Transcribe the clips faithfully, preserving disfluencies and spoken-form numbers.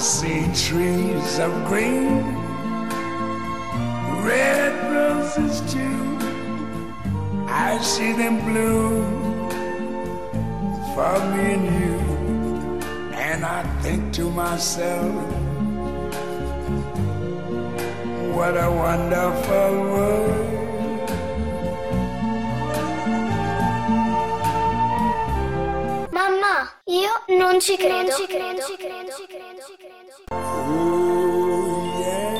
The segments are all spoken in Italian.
see trees of green, red roses too. I see them bloom for me and you. And I think to myself, what a wonderful world. Mamma, io non ci credo. Non ci credo. Non ci credo. Ci credo. Oh, yeah.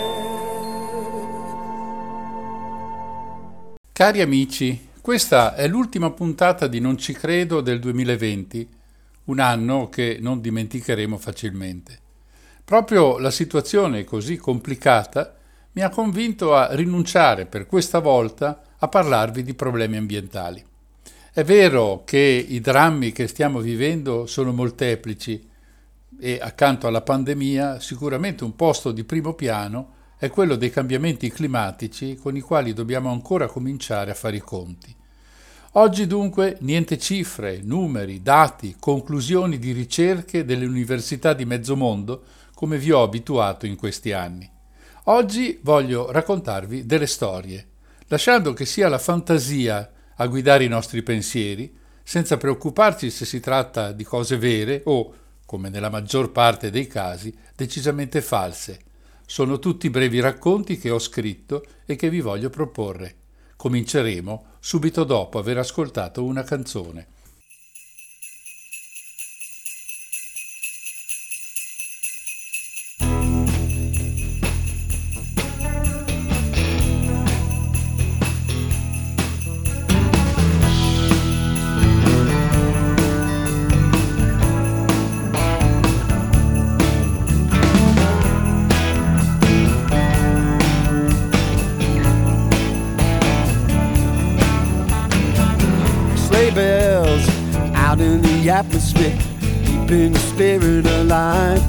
Cari amici, questa è l'ultima puntata di Non ci credo del duemilaventi, un anno che non dimenticheremo facilmente. Proprio la situazione così complicata mi ha convinto a rinunciare per questa volta a parlarvi di problemi ambientali. È vero che i drammi che stiamo vivendo sono molteplici e accanto alla pandemia sicuramente un posto di primo piano è quello dei cambiamenti climatici con i quali dobbiamo ancora cominciare a fare i conti. Oggi dunque niente cifre, numeri, dati, conclusioni di ricerche delle università di mezzo mondo come vi ho abituato in questi anni. Oggi voglio raccontarvi delle storie, lasciando che sia la fantasia a guidare i nostri pensieri, senza preoccuparci se si tratta di cose vere o, come nella maggior parte dei casi, decisamente false. Sono tutti brevi racconti che ho scritto e che vi voglio proporre. Cominceremo subito dopo aver ascoltato una canzone. Bells out in the atmosphere, keeping the spirit alive.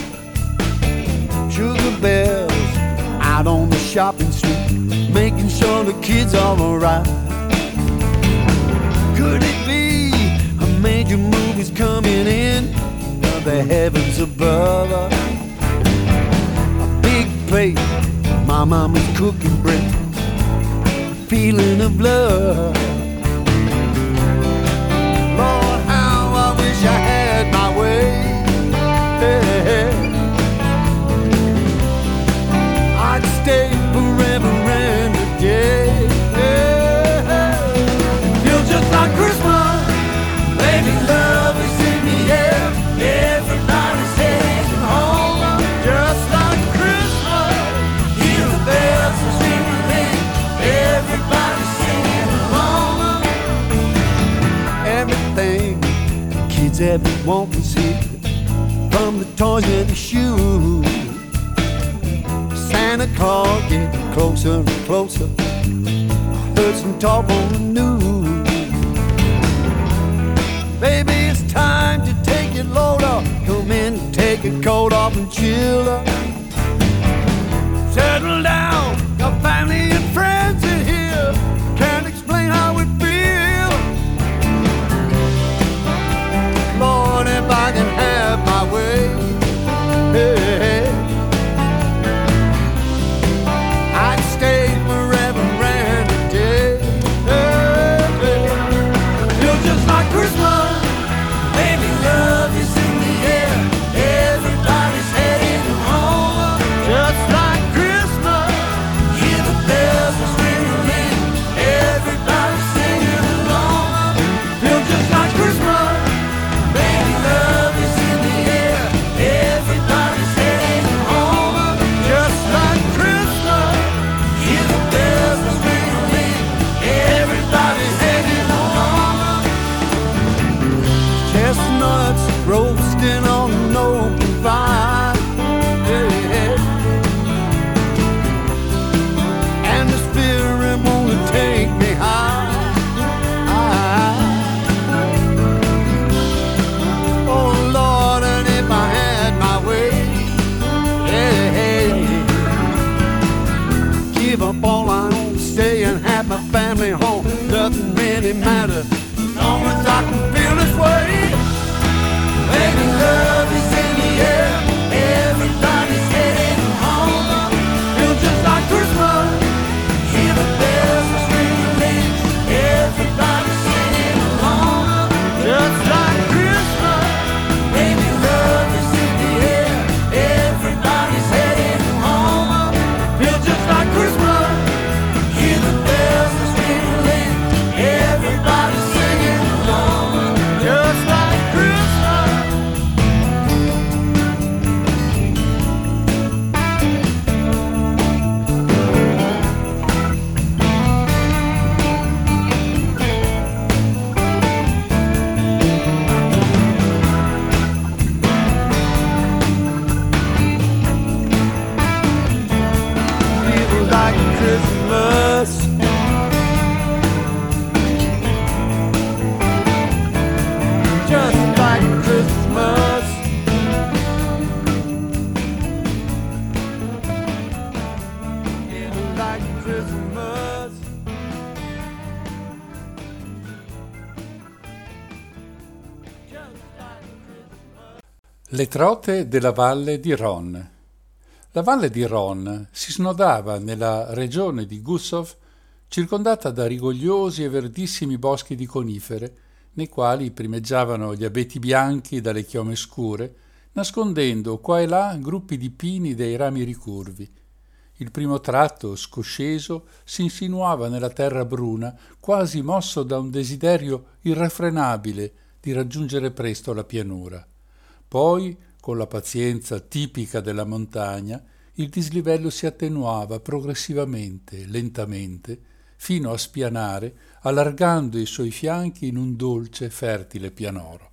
Sugar bells out on the shopping street, making sure the kids are alright. Could it be a major movie's coming in of the heavens above? A big plate, my mama's cooking bread, feeling of love. Lord, how I wish I had my way. Hey, I'd stay forever and a day. Feels just like Christmas, baby, love is in the air. Everybody's heading home, just like Christmas. Hear the bells are ringing, everybody's singing along. Everything the kids ever want is here, from the toys and the shoes. Santa Claus getting closer and closer. I heard some talk on the news. Baby, it's time to take your load off. Come in and take your coat off and chill up. Settle down, your family and friends are here. Can't explain how it feels. Lord, if I can have my way, hey, hey, I'd stay forever and a day. Hey. Le trote della valle di Ron. La valle di Ron si snodava nella regione di Gusow, circondata da rigogliosi e verdissimi boschi di conifere, nei quali primeggiavano gli abeti bianchi dalle chiome scure, nascondendo qua e là gruppi di pini dei rami ricurvi. Il primo tratto, scosceso, si insinuava nella terra bruna, quasi mosso da un desiderio irrefrenabile di raggiungere presto la pianura. Poi, con la pazienza tipica della montagna, il dislivello si attenuava progressivamente, lentamente, fino a spianare, allargando i suoi fianchi in un dolce, fertile pianoro.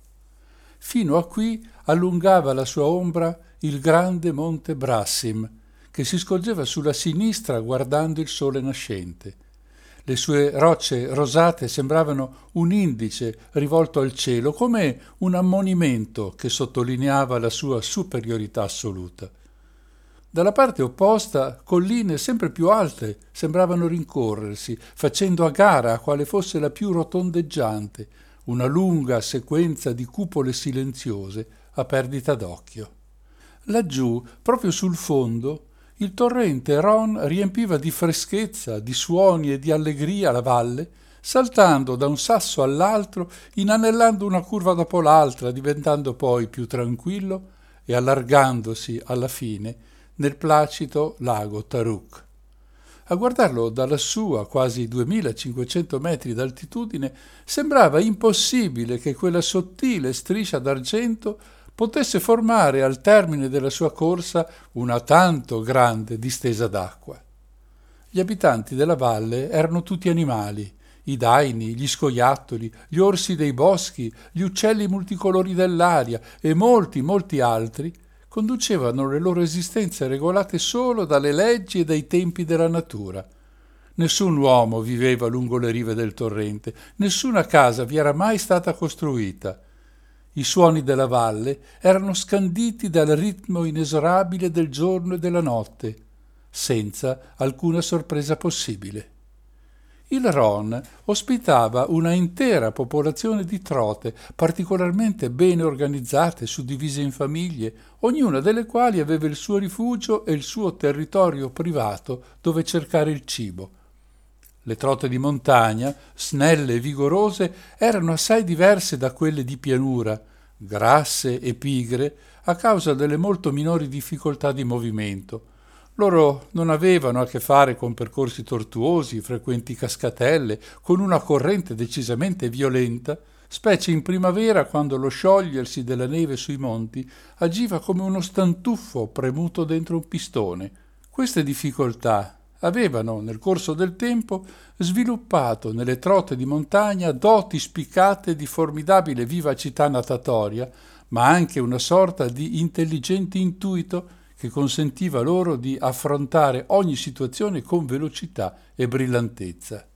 Fino a qui allungava la sua ombra il grande monte Brassim, che si scorgeva sulla sinistra guardando il sole nascente. Le sue rocce rosate sembravano un indice rivolto al cielo, come un ammonimento che sottolineava la sua superiorità assoluta. Dalla parte opposta, colline sempre più alte sembravano rincorrersi, facendo a gara quale fosse la più rotondeggiante, una lunga sequenza di cupole silenziose a perdita d'occhio. Laggiù, proprio sul fondo, il torrente Ron riempiva di freschezza, di suoni e di allegria la valle, saltando da un sasso all'altro, inanellando una curva dopo l'altra, diventando poi più tranquillo e allargandosi alla fine nel placido lago Taruk. A guardarlo da lassù, a quasi duemilacinquecento metri d'altitudine, sembrava impossibile che quella sottile striscia d'argento potesse formare al termine della sua corsa una tanto grande distesa d'acqua. Gli abitanti della valle erano tutti animali, i daini, gli scoiattoli, gli orsi dei boschi, gli uccelli multicolori dell'aria e molti, molti altri conducevano le loro esistenze regolate solo dalle leggi e dai tempi della natura. Nessun uomo viveva lungo le rive del torrente, nessuna casa vi era mai stata costruita. I suoni della valle erano scanditi dal ritmo inesorabile del giorno e della notte, senza alcuna sorpresa possibile. Il Ron ospitava una intera popolazione di trote, particolarmente bene organizzate, suddivise in famiglie, ognuna delle quali aveva il suo rifugio e il suo territorio privato dove cercare il cibo. Le trote di montagna, snelle e vigorose, erano assai diverse da quelle di pianura, grasse e pigre a causa delle molto minori difficoltà di movimento. Loro non avevano a che fare con percorsi tortuosi, frequenti cascatelle, con una corrente decisamente violenta, specie in primavera quando lo sciogliersi della neve sui monti agiva come uno stantuffo premuto dentro un pistone. Queste difficoltà avevano, nel corso del tempo, sviluppato nelle trote di montagna doti spiccate di formidabile vivacità natatoria, ma anche una sorta di intelligente intuito che consentiva loro di affrontare ogni situazione con velocità e brillantezza.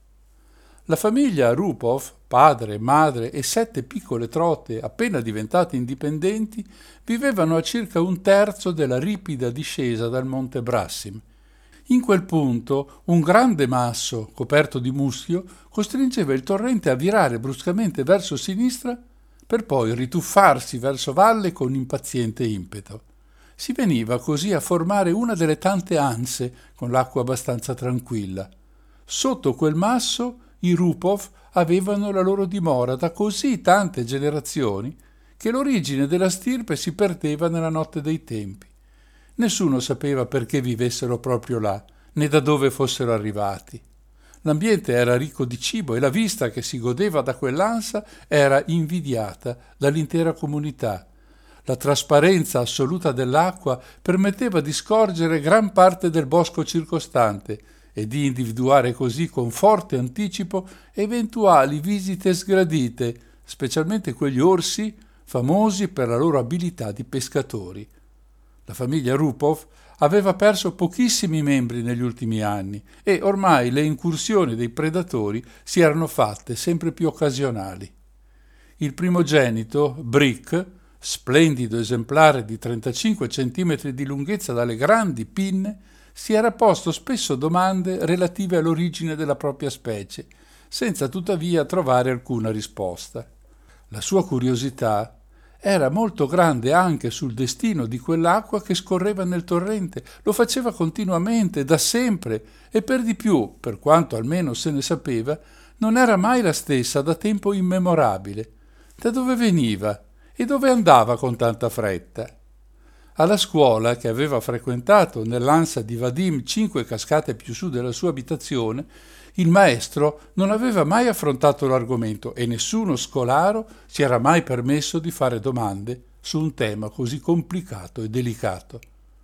La famiglia Rupov, padre, madre e sette piccole trote appena diventate indipendenti, vivevano a circa un terzo della ripida discesa dal monte Brassim. In quel punto un grande masso, coperto di muschio, costringeva il torrente a virare bruscamente verso sinistra per poi rituffarsi verso valle con impaziente impeto. Si veniva così a formare una delle tante anse con l'acqua abbastanza tranquilla. Sotto quel masso i Rupov avevano la loro dimora da così tante generazioni che l'origine della stirpe si perdeva nella notte dei tempi. Nessuno sapeva perché vivessero proprio là, né da dove fossero arrivati. L'ambiente era ricco di cibo e la vista che si godeva da quell'ansa era invidiata dall'intera comunità. La trasparenza assoluta dell'acqua permetteva di scorgere gran parte del bosco circostante e di individuare così con forte anticipo eventuali visite sgradite, specialmente quegli orsi famosi per la loro abilità di pescatori. La famiglia Rupov aveva perso pochissimi membri negli ultimi anni e ormai le incursioni dei predatori si erano fatte sempre più occasionali. Il primogenito, Brick, splendido esemplare di trentacinque centimetri di lunghezza dalle grandi pinne, si era posto spesso domande relative all'origine della propria specie, senza tuttavia trovare alcuna risposta. La sua curiosità era molto grande anche sul destino di quell'acqua che scorreva nel torrente. Lo faceva continuamente, da sempre, e per di più, per quanto almeno se ne sapeva, non era mai la stessa da tempo immemorabile. Da dove veniva e dove andava con tanta fretta? Alla scuola, che aveva frequentato nell'ansa di Vadim cinque cascate più su della sua abitazione, il maestro non aveva mai affrontato l'argomento e nessuno scolaro si era mai permesso di fare domande su un tema così complicato e delicato.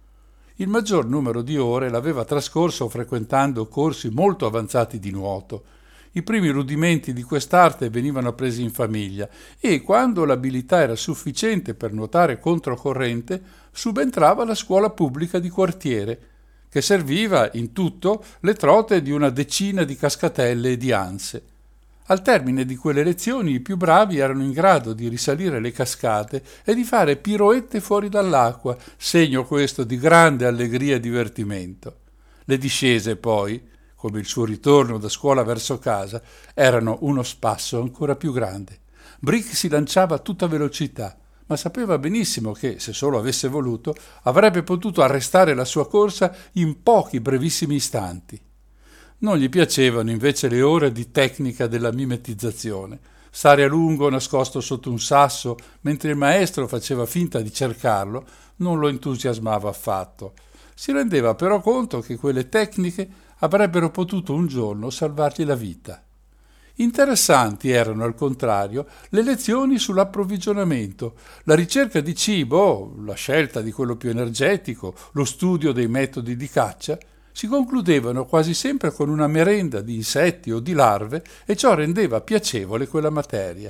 Il maggior numero di ore l'aveva trascorso frequentando corsi molto avanzati di nuoto. I primi rudimenti di quest'arte venivano appresi in famiglia e, quando l'abilità era sufficiente per nuotare controcorrente, subentrava la scuola pubblica di quartiere, che serviva in tutto le trote di una decina di cascatelle e di anse. Al termine di quelle lezioni i più bravi erano in grado di risalire le cascate e di fare piroette fuori dall'acqua, segno questo di grande allegria e divertimento. Le discese poi, come il suo ritorno da scuola verso casa, erano uno spasso ancora più grande. Brick si lanciava a tutta velocità, ma sapeva benissimo che, se solo avesse voluto, avrebbe potuto arrestare la sua corsa in pochi brevissimi istanti. Non gli piacevano invece le ore di tecnica della mimetizzazione. Stare a lungo nascosto sotto un sasso mentre il maestro faceva finta di cercarlo non lo entusiasmava affatto. Si rendeva però conto che quelle tecniche avrebbero potuto un giorno salvargli la vita. Interessanti erano, al contrario, le lezioni sull'approvvigionamento, la ricerca di cibo, la scelta di quello più energetico, lo studio dei metodi di caccia, si concludevano quasi sempre con una merenda di insetti o di larve e ciò rendeva piacevole quella materia.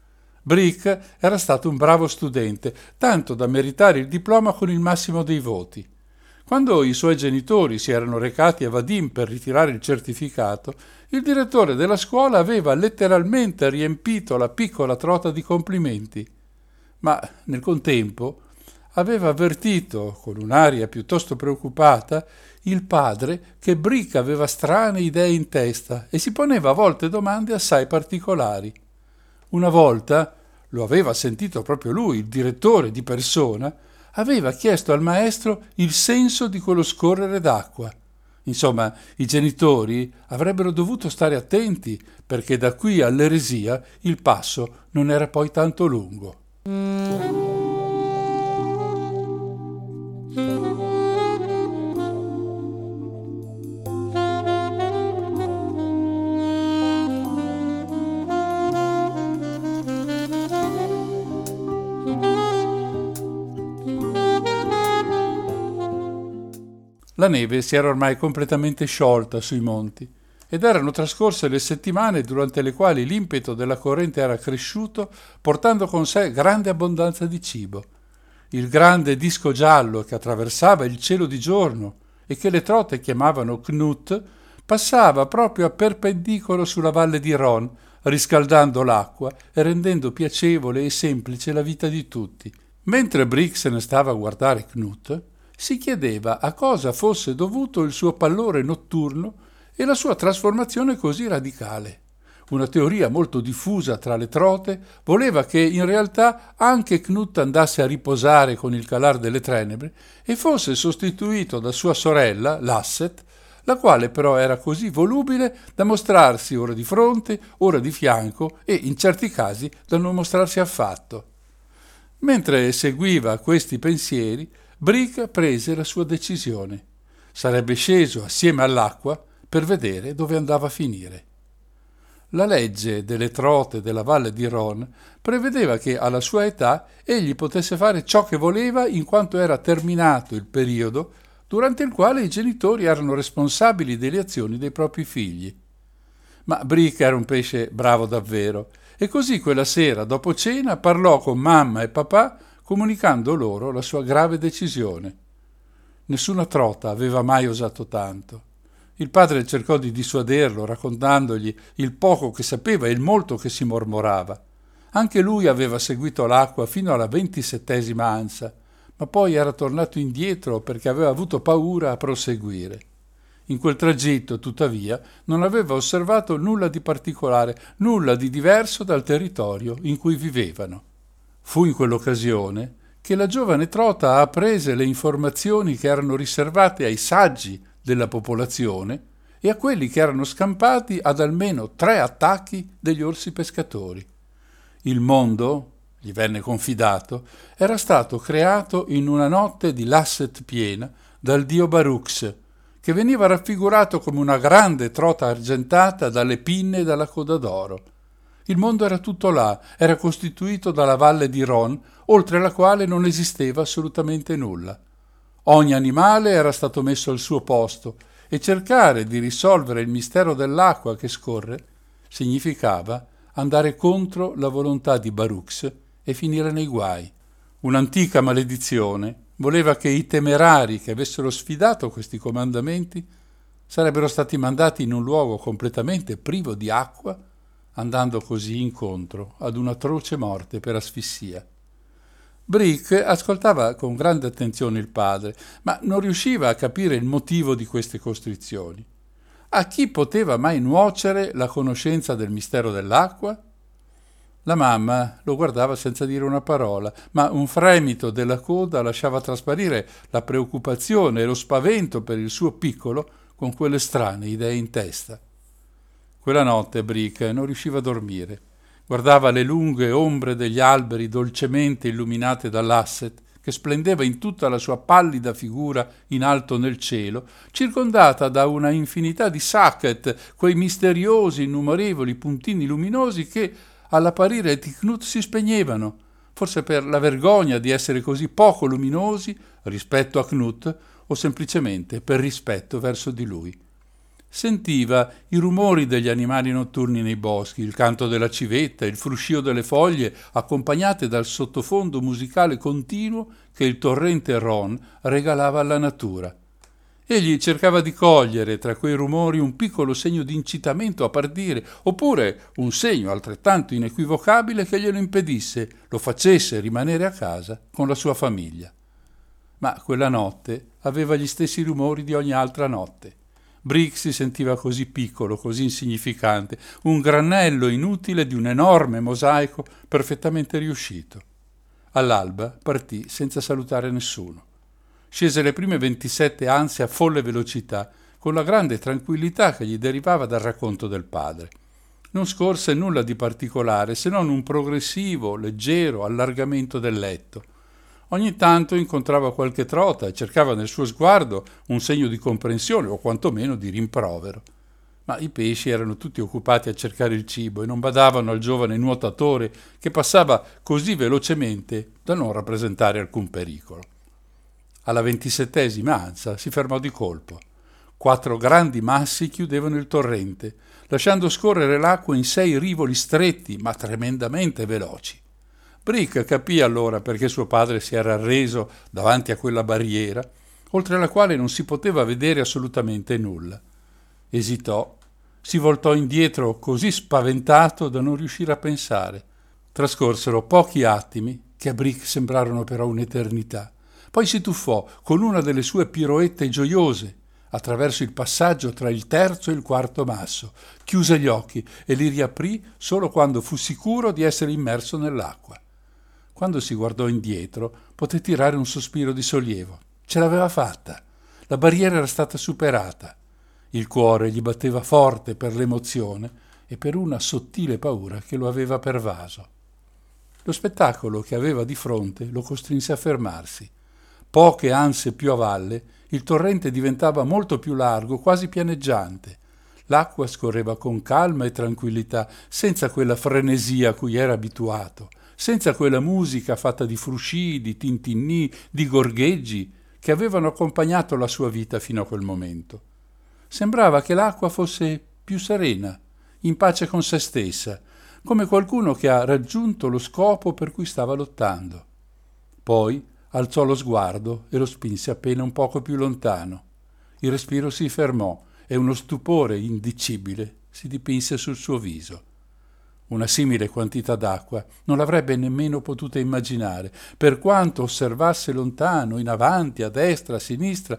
Brick era stato un bravo studente, tanto da meritare il diploma con il massimo dei voti. Quando i suoi genitori si erano recati a Vadim per ritirare il certificato, il direttore della scuola aveva letteralmente riempito la piccola trota di complimenti, ma nel contempo aveva avvertito, con un'aria piuttosto preoccupata, il padre che Brick aveva strane idee in testa e si poneva a volte domande assai particolari. Una volta, lo aveva sentito proprio lui, il direttore di persona, aveva chiesto al maestro il senso di quello scorrere d'acqua. Insomma, i genitori avrebbero dovuto stare attenti, perché da qui all'eresia il passo non era poi tanto lungo. La neve si era ormai completamente sciolta sui monti ed erano trascorse le settimane durante le quali l'impeto della corrente era cresciuto, portando con sé grande abbondanza di cibo. Il grande disco giallo che attraversava il cielo di giorno e che le trote chiamavano Knut passava proprio a perpendicolo sulla valle di Ron, riscaldando l'acqua e rendendo piacevole e semplice la vita di tutti. Mentre Brick se ne stava a guardare Knut, si chiedeva a cosa fosse dovuto il suo pallore notturno e la sua trasformazione così radicale. Una teoria molto diffusa tra le trote voleva che in realtà anche Knut andasse a riposare con il calar delle tenebre e fosse sostituito da sua sorella, Lasset, la quale però era così volubile da mostrarsi ora di fronte, ora di fianco e, in certi casi, da non mostrarsi affatto. Mentre seguiva questi pensieri, Brick prese la sua decisione. Sarebbe sceso assieme all'acqua per vedere dove andava a finire. La legge delle trote della valle di Ron prevedeva che alla sua età egli potesse fare ciò che voleva in quanto era terminato il periodo durante il quale i genitori erano responsabili delle azioni dei propri figli. Ma Brick era un pesce bravo davvero e così quella sera dopo cena parlò con mamma e papà comunicando loro la sua grave decisione. Nessuna trota aveva mai osato tanto. Il padre cercò di dissuaderlo, raccontandogli il poco che sapeva e il molto che si mormorava. Anche lui aveva seguito l'acqua fino alla ventisettesima ansa, ma poi era tornato indietro perché aveva avuto paura a proseguire. In quel tragitto, tuttavia, non aveva osservato nulla di particolare, nulla di diverso dal territorio in cui vivevano. Fu in quell'occasione che la giovane trota apprese le informazioni che erano riservate ai saggi della popolazione e a quelli che erano scampati ad almeno tre attacchi degli orsi pescatori. Il mondo, gli venne confidato, era stato creato in una notte di lasset piena dal dio Barux, che veniva raffigurato come una grande trota argentata dalle pinne e dalla coda d'oro. Il mondo era tutto là, era costituito dalla valle di Ron, oltre la quale non esisteva assolutamente nulla. Ogni animale era stato messo al suo posto e cercare di risolvere il mistero dell'acqua che scorre significava andare contro la volontà di Barux e finire nei guai. Un'antica maledizione voleva che i temerari che avessero sfidato questi comandamenti sarebbero stati mandati in un luogo completamente privo di acqua, andando così incontro ad un'atroce morte per asfissia. Brick ascoltava con grande attenzione il padre, ma non riusciva a capire il motivo di queste costrizioni. A chi poteva mai nuocere la conoscenza del mistero dell'acqua? La mamma lo guardava senza dire una parola, ma un fremito della coda lasciava trasparire la preoccupazione e lo spavento per il suo piccolo con quelle strane idee in testa. Quella notte Brick non riusciva a dormire. Guardava le lunghe ombre degli alberi dolcemente illuminate dall'asset, che splendeva in tutta la sua pallida figura in alto nel cielo, circondata da una infinità di sacchet, quei misteriosi innumerevoli puntini luminosi che all'apparire di Knut si spegnevano, forse per la vergogna di essere così poco luminosi rispetto a Knut o semplicemente per rispetto verso di lui. Sentiva i rumori degli animali notturni nei boschi, il canto della civetta, il fruscio delle foglie, accompagnate dal sottofondo musicale continuo che il torrente Ron regalava alla natura. Egli cercava di cogliere tra quei rumori un piccolo segno di incitamento a partire, oppure un segno altrettanto inequivocabile che glielo impedisse, lo facesse rimanere a casa con la sua famiglia. Ma quella notte aveva gli stessi rumori di ogni altra notte. Brick si sentiva così piccolo, così insignificante, un granello inutile di un enorme mosaico perfettamente riuscito. All'alba partì senza salutare nessuno. Scese le prime ventisette anse a folle velocità, con la grande tranquillità che gli derivava dal racconto del padre. Non scorse nulla di particolare, se non un progressivo, leggero allargamento del letto. Ogni tanto incontrava qualche trota e cercava nel suo sguardo un segno di comprensione o quantomeno di rimprovero. Ma i pesci erano tutti occupati a cercare il cibo e non badavano al giovane nuotatore che passava così velocemente da non rappresentare alcun pericolo. Alla ventisettesima ansa si fermò di colpo. Quattro grandi massi chiudevano il torrente, lasciando scorrere l'acqua in sei rivoli stretti ma tremendamente veloci. Brick capì allora perché suo padre si era arreso davanti a quella barriera, oltre la quale non si poteva vedere assolutamente nulla. Esitò, si voltò indietro così spaventato da non riuscire a pensare. Trascorsero pochi attimi, che a Brick sembrarono però un'eternità. Poi si tuffò con una delle sue piroette gioiose attraverso il passaggio tra il terzo e il quarto masso, chiuse gli occhi e li riaprì solo quando fu sicuro di essere immerso nell'acqua. Quando si guardò indietro, poté tirare un sospiro di sollievo. Ce l'aveva fatta. La barriera era stata superata. Il cuore gli batteva forte per l'emozione e per una sottile paura che lo aveva pervaso. Lo spettacolo che aveva di fronte lo costrinse a fermarsi. Poche anse più a valle, il torrente diventava molto più largo, quasi pianeggiante. L'acqua scorreva con calma e tranquillità, senza quella frenesia a cui era abituato, senza quella musica fatta di frusci, di tintinnì, di gorgheggi che avevano accompagnato la sua vita fino a quel momento. Sembrava che l'acqua fosse più serena, in pace con se stessa, come qualcuno che ha raggiunto lo scopo per cui stava lottando. Poi alzò lo sguardo e lo spinse appena un poco più lontano. Il respiro si fermò e uno stupore indicibile si dipinse sul suo viso. Una simile quantità d'acqua non l'avrebbe nemmeno potuta immaginare, per quanto osservasse lontano, in avanti, a destra, a sinistra,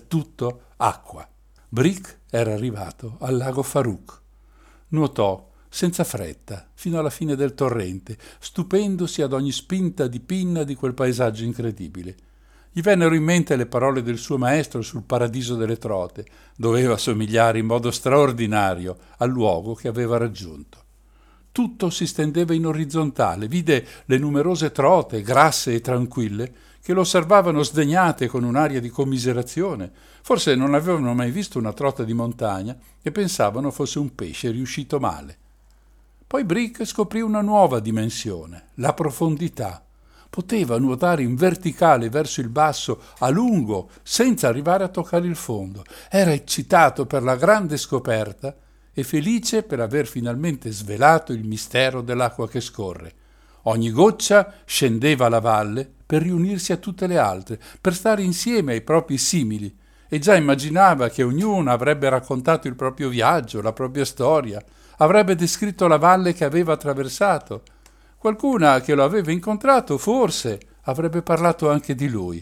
dappertutto acqua. Brick era arrivato al lago Farouk. Nuotò, senza fretta, fino alla fine del torrente, stupendosi ad ogni spinta di pinna di quel paesaggio incredibile. Gli vennero in mente le parole del suo maestro sul paradiso delle trote. Doveva somigliare in modo straordinario al luogo che aveva raggiunto. Tutto si stendeva in orizzontale, vide le numerose trote, grasse e tranquille, che lo osservavano sdegnate con un'aria di commiserazione. Forse non avevano mai visto una trota di montagna e pensavano fosse un pesce riuscito male. Poi Brick scoprì una nuova dimensione, la profondità. Poteva nuotare in verticale verso il basso a lungo, senza arrivare a toccare il fondo. Era eccitato per la grande scoperta e felice per aver finalmente svelato il mistero dell'acqua che scorre. Ogni goccia scendeva alla valle per riunirsi a tutte le altre, per stare insieme ai propri simili, e già immaginava che ognuno avrebbe raccontato il proprio viaggio, la propria storia, avrebbe descritto la valle che aveva attraversato. Qualcuna che lo aveva incontrato, forse, avrebbe parlato anche di lui.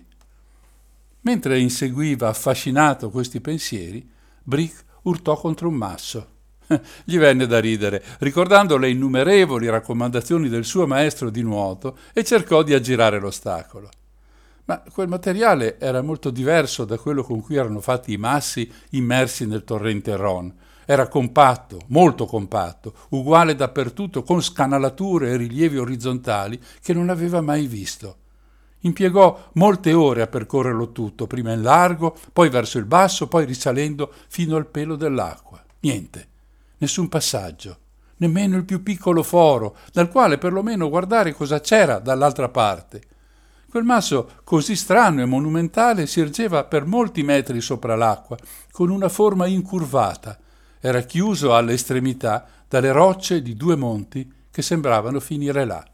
Mentre inseguiva affascinato questi pensieri, Brick urtò contro un masso. Gli venne da ridere, ricordando le innumerevoli raccomandazioni del suo maestro di nuoto, e cercò di aggirare l'ostacolo. Ma quel materiale era molto diverso da quello con cui erano fatti i massi immersi nel torrente Ron. Era compatto, molto compatto, uguale dappertutto, con scanalature e rilievi orizzontali che non aveva mai visto. Impiegò molte ore a percorrerlo tutto, prima in largo, poi verso il basso, poi risalendo fino al pelo dell'acqua. Niente, nessun passaggio, nemmeno il più piccolo foro, dal quale perlomeno guardare cosa c'era dall'altra parte. Quel masso così strano e monumentale si ergeva per molti metri sopra l'acqua, con una forma incurvata. Era chiuso alle estremità dalle rocce di due monti che sembravano finire là.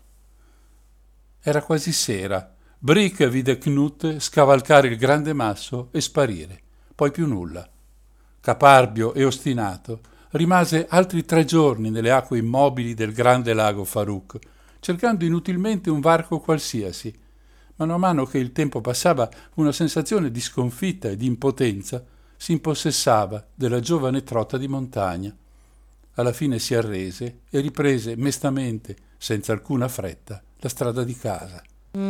Era quasi sera. Brick vide Knut scavalcare il grande masso e sparire, poi più nulla. Caparbio e ostinato, rimase altri tre giorni nelle acque immobili del grande lago Farouk, cercando inutilmente un varco qualsiasi. Mano a mano che il tempo passava, una sensazione di sconfitta e di impotenza si impossessava della giovane trota di montagna. Alla fine si arrese e riprese mestamente, senza alcuna fretta, la strada di casa.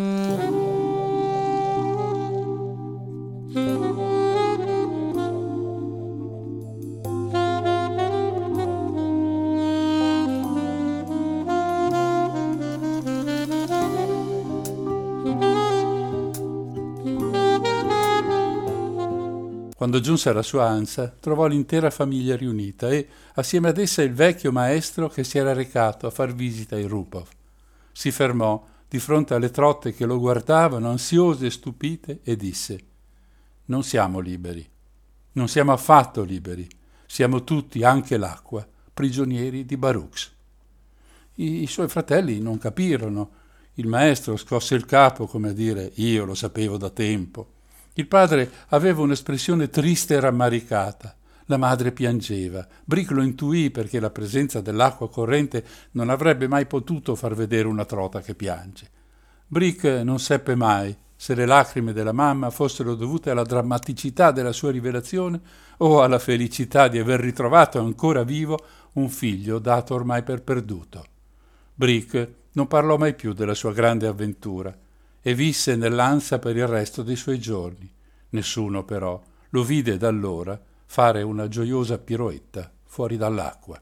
Quando giunse alla sua ansa, trovò l'intera famiglia riunita e, assieme ad essa, il vecchio maestro che si era recato a far visita ai Rupov. Si fermò di fronte alle trotte che lo guardavano, ansiose e stupite, e disse: «Non siamo liberi, non siamo affatto liberi, siamo tutti, anche l'acqua, prigionieri di Baruch». I, I suoi fratelli non capirono. Il maestro scosse il capo come a dire: «Io lo sapevo da tempo». Il padre aveva un'espressione triste e rammaricata. La madre piangeva. Brick lo intuì perché la presenza dell'acqua corrente non avrebbe mai potuto far vedere una trota che piange. Brick non seppe mai se le lacrime della mamma fossero dovute alla drammaticità della sua rivelazione o alla felicità di aver ritrovato ancora vivo un figlio dato ormai per perduto. Brick non parlò mai più della sua grande avventura e visse nell'ansia per il resto dei suoi giorni. Nessuno, però, lo vide da allora fare una gioiosa piroetta fuori dall'acqua.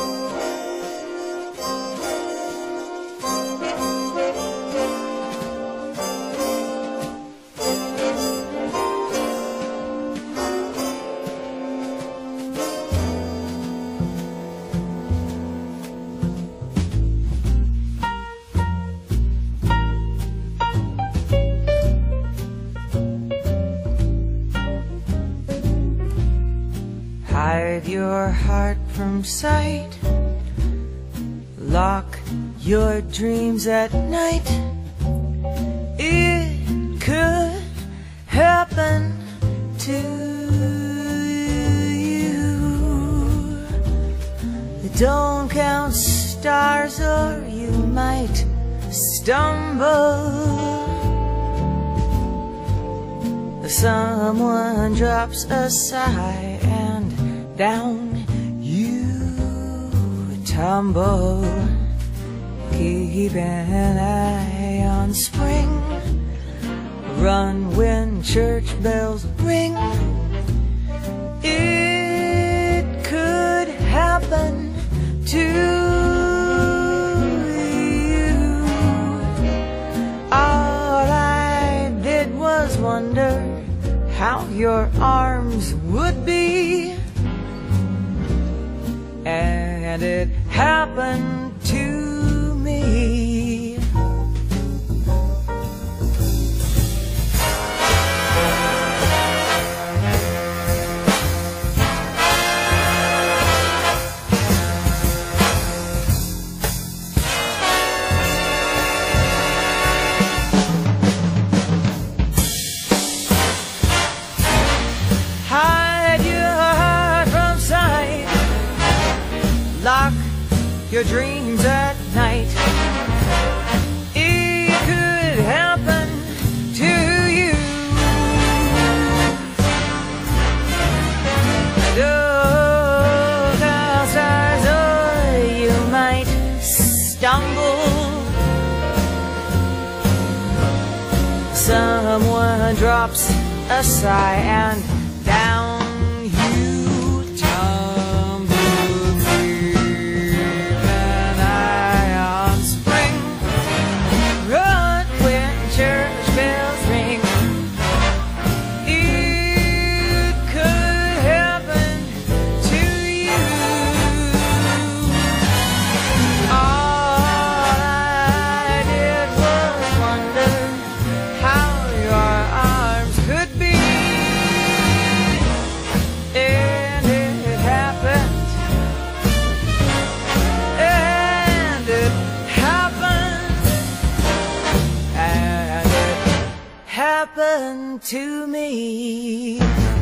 Hide your heart from sight, lock your dreams at night. It could happen to you. Don't count stars or you might stumble. Someone drops a sigh and down you tumble. tumble, keep an eye on spring, run when church bells ring. It could happen to you. All I did was wonder how your arms would be, and it happened to me. Hide your heart from sight, lock your dreams at night. It could happen to you. Look out, stars, or you might stumble. Someone drops a sigh and down you tumble. Keep an eye on spring, run when church bells ring. It could happen to you. All I did was wonder how your arms could be. And it happened, and it happened, and it happened to me.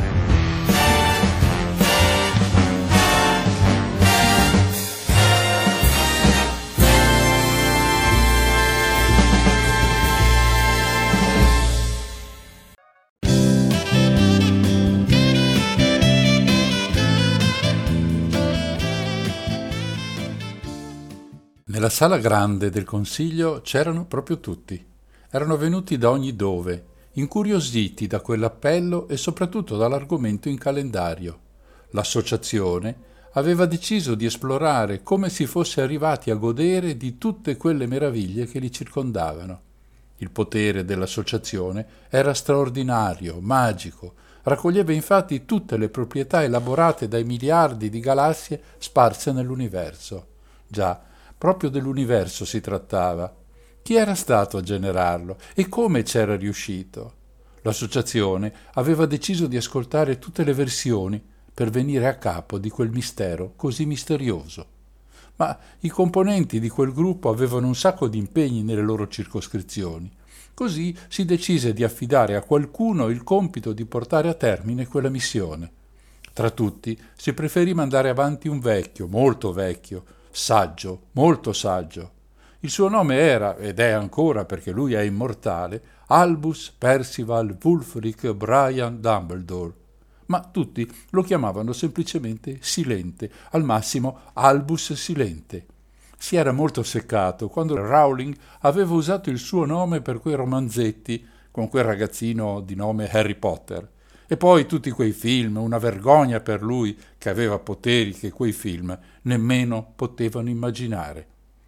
Nella sala grande del consiglio c'erano proprio tutti. Erano venuti da ogni dove, incuriositi da quell'appello e soprattutto dall'argomento in calendario. L'associazione aveva deciso di esplorare come si fosse arrivati a godere di tutte quelle meraviglie che li circondavano. Il potere dell'associazione era straordinario, magico, raccoglieva infatti tutte le proprietà elaborate dai miliardi di galassie sparse nell'universo. Già, proprio dell'universo si trattava. Chi era stato a generarlo e come c'era riuscito? L'associazione aveva deciso di ascoltare tutte le versioni per venire a capo di quel mistero così misterioso. Ma i componenti di quel gruppo avevano un sacco di impegni nelle loro circoscrizioni. Così si decise di affidare a qualcuno il compito di portare a termine quella missione. Tra tutti si preferì mandare avanti un vecchio, molto vecchio, saggio, molto saggio. Il suo nome era, ed è ancora perché lui è immortale, Albus Percival Wulfric Brian Dumbledore, ma tutti lo chiamavano semplicemente Silente, al massimo Albus Silente. Si era molto seccato quando Rowling aveva usato il suo nome per quei romanzetti con quel ragazzino di nome Harry Potter. E poi tutti quei film, una vergogna per lui che aveva poteri che quei film nemmeno potevano immaginare.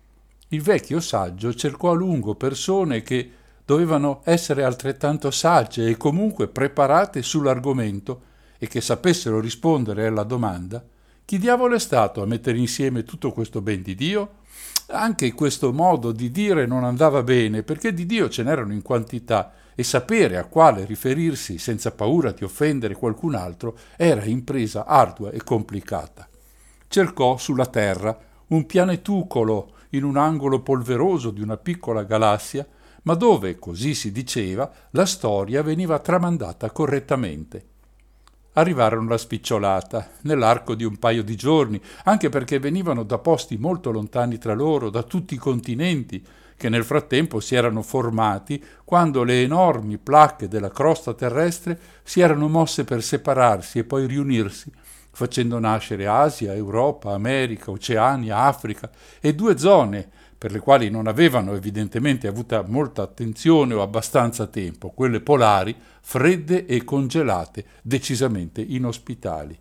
Il vecchio saggio cercò a lungo persone che dovevano essere altrettanto sagge e comunque preparate sull'argomento e che sapessero rispondere alla domanda: chi diavolo è stato a mettere insieme tutto questo ben di Dio? Anche questo modo di dire non andava bene, perché di Dio ce n'erano in quantità e sapere a quale riferirsi senza paura di offendere qualcun altro era impresa ardua e complicata. Cercò sulla Terra un pianetucolo in un angolo polveroso di una piccola galassia, ma dove, così si diceva, la storia veniva tramandata correttamente. Arrivarono alla spicciolata, nell'arco di un paio di giorni, anche perché venivano da posti molto lontani tra loro, da tutti i continenti, che nel frattempo si erano formati quando le enormi placche della crosta terrestre si erano mosse per separarsi e poi riunirsi facendo nascere Asia, Europa, America, Oceania, Africa e due zone per le quali non avevano evidentemente avuta molta attenzione o abbastanza tempo, quelle polari, fredde e congelate, decisamente inospitali.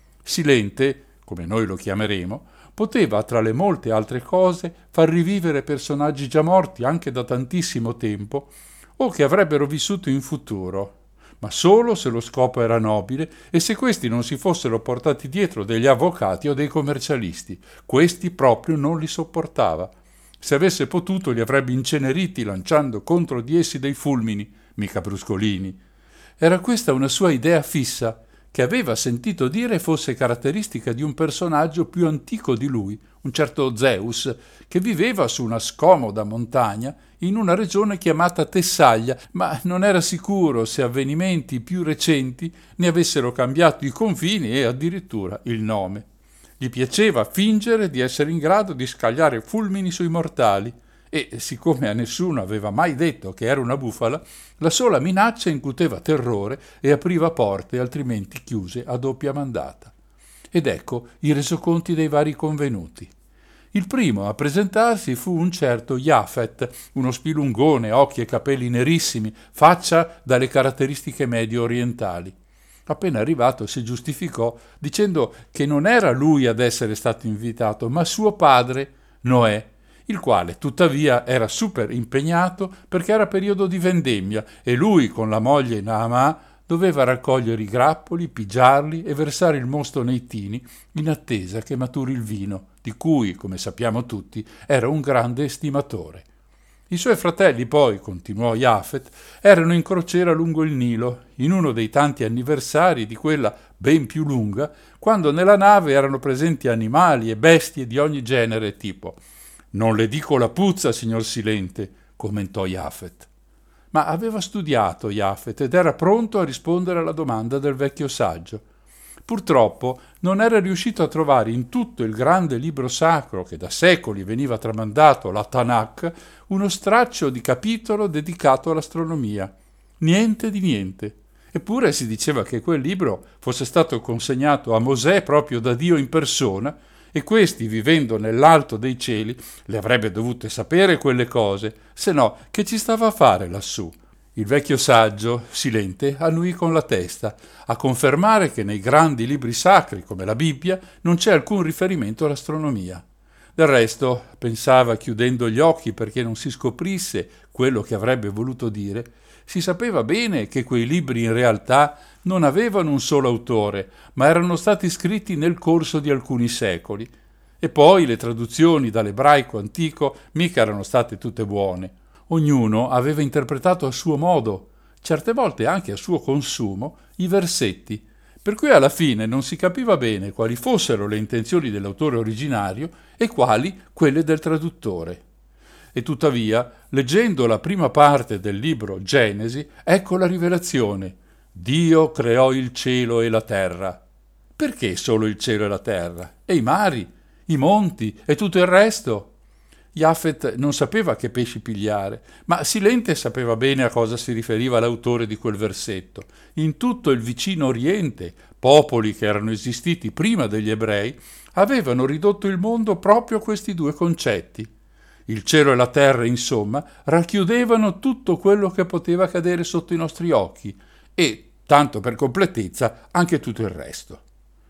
Silente, come noi lo chiameremo, poteva, tra le molte altre cose, far rivivere personaggi già morti anche da tantissimo tempo o che avrebbero vissuto in futuro, ma solo se lo scopo era nobile e se questi non si fossero portati dietro degli avvocati o dei commercialisti. Questi proprio non li sopportava. Se avesse potuto li avrebbe inceneriti lanciando contro di essi dei fulmini, mica bruscolini. Era questa una sua idea fissa, che aveva sentito dire fosse caratteristica di un personaggio più antico di lui, un certo Zeus, che viveva su una scomoda montagna in una regione chiamata Tessaglia, ma non era sicuro se avvenimenti più recenti ne avessero cambiato i confini e addirittura il nome. Gli piaceva fingere di essere in grado di scagliare fulmini sui mortali e, siccome a nessuno aveva mai detto che era una bufala, la sola minaccia incuteva terrore e apriva porte altrimenti chiuse a doppia mandata. Ed ecco i resoconti dei vari convenuti. Il primo a presentarsi fu un certo Japhet, uno spilungone, occhi e capelli nerissimi, faccia dalle caratteristiche medio orientali. Appena arrivato si giustificò dicendo che non era lui ad essere stato invitato, ma suo padre, Noè, il quale tuttavia era super impegnato perché era periodo di vendemmia e lui con la moglie Naamà doveva raccogliere i grappoli, pigiarli e versare il mosto nei tini in attesa che maturi il vino, di cui, come sappiamo tutti, era un grande estimatore. I suoi fratelli poi, continuò Japhet, erano in crociera lungo il Nilo, in uno dei tanti anniversari di quella ben più lunga, quando nella nave erano presenti animali e bestie di ogni genere e tipo. «Non le dico la puzza, signor Silente», commentò Japhet. Ma aveva studiato Japhet ed era pronto a rispondere alla domanda del vecchio saggio. Purtroppo non era riuscito a trovare in tutto il grande libro sacro che da secoli veniva tramandato, la Tanakh, uno straccio di capitolo dedicato all'astronomia. Niente di niente. Eppure si diceva che quel libro fosse stato consegnato a Mosè proprio da Dio in persona e questi, vivendo nell'alto dei cieli, le avrebbe dovute sapere quelle cose, se no che ci stava a fare lassù? Il vecchio saggio, silente, annuì con la testa, a confermare che nei grandi libri sacri, come la Bibbia, non c'è alcun riferimento all'astronomia. Del resto, pensava chiudendo gli occhi perché non si scoprisse quello che avrebbe voluto dire, si sapeva bene che quei libri in realtà non avevano un solo autore, ma erano stati scritti nel corso di alcuni secoli. E poi le traduzioni dall'ebraico antico mica erano state tutte buone. Ognuno aveva interpretato a suo modo, certe volte anche a suo consumo, i versetti, per cui alla fine non si capiva bene quali fossero le intenzioni dell'autore originario e quali quelle del traduttore. E tuttavia, leggendo la prima parte del libro Genesi, ecco la rivelazione. Dio creò il cielo e la terra. Perché solo il cielo e la terra? E i mari, i monti e tutto il resto? Japhet non sapeva che pesci pigliare, ma Silente sapeva bene a cosa si riferiva l'autore di quel versetto. In tutto il vicino Oriente, popoli che erano esistiti prima degli ebrei, avevano ridotto il mondo proprio a questi due concetti. Il cielo e la terra, insomma, racchiudevano tutto quello che poteva cadere sotto i nostri occhi e, tanto per completezza, anche tutto il resto.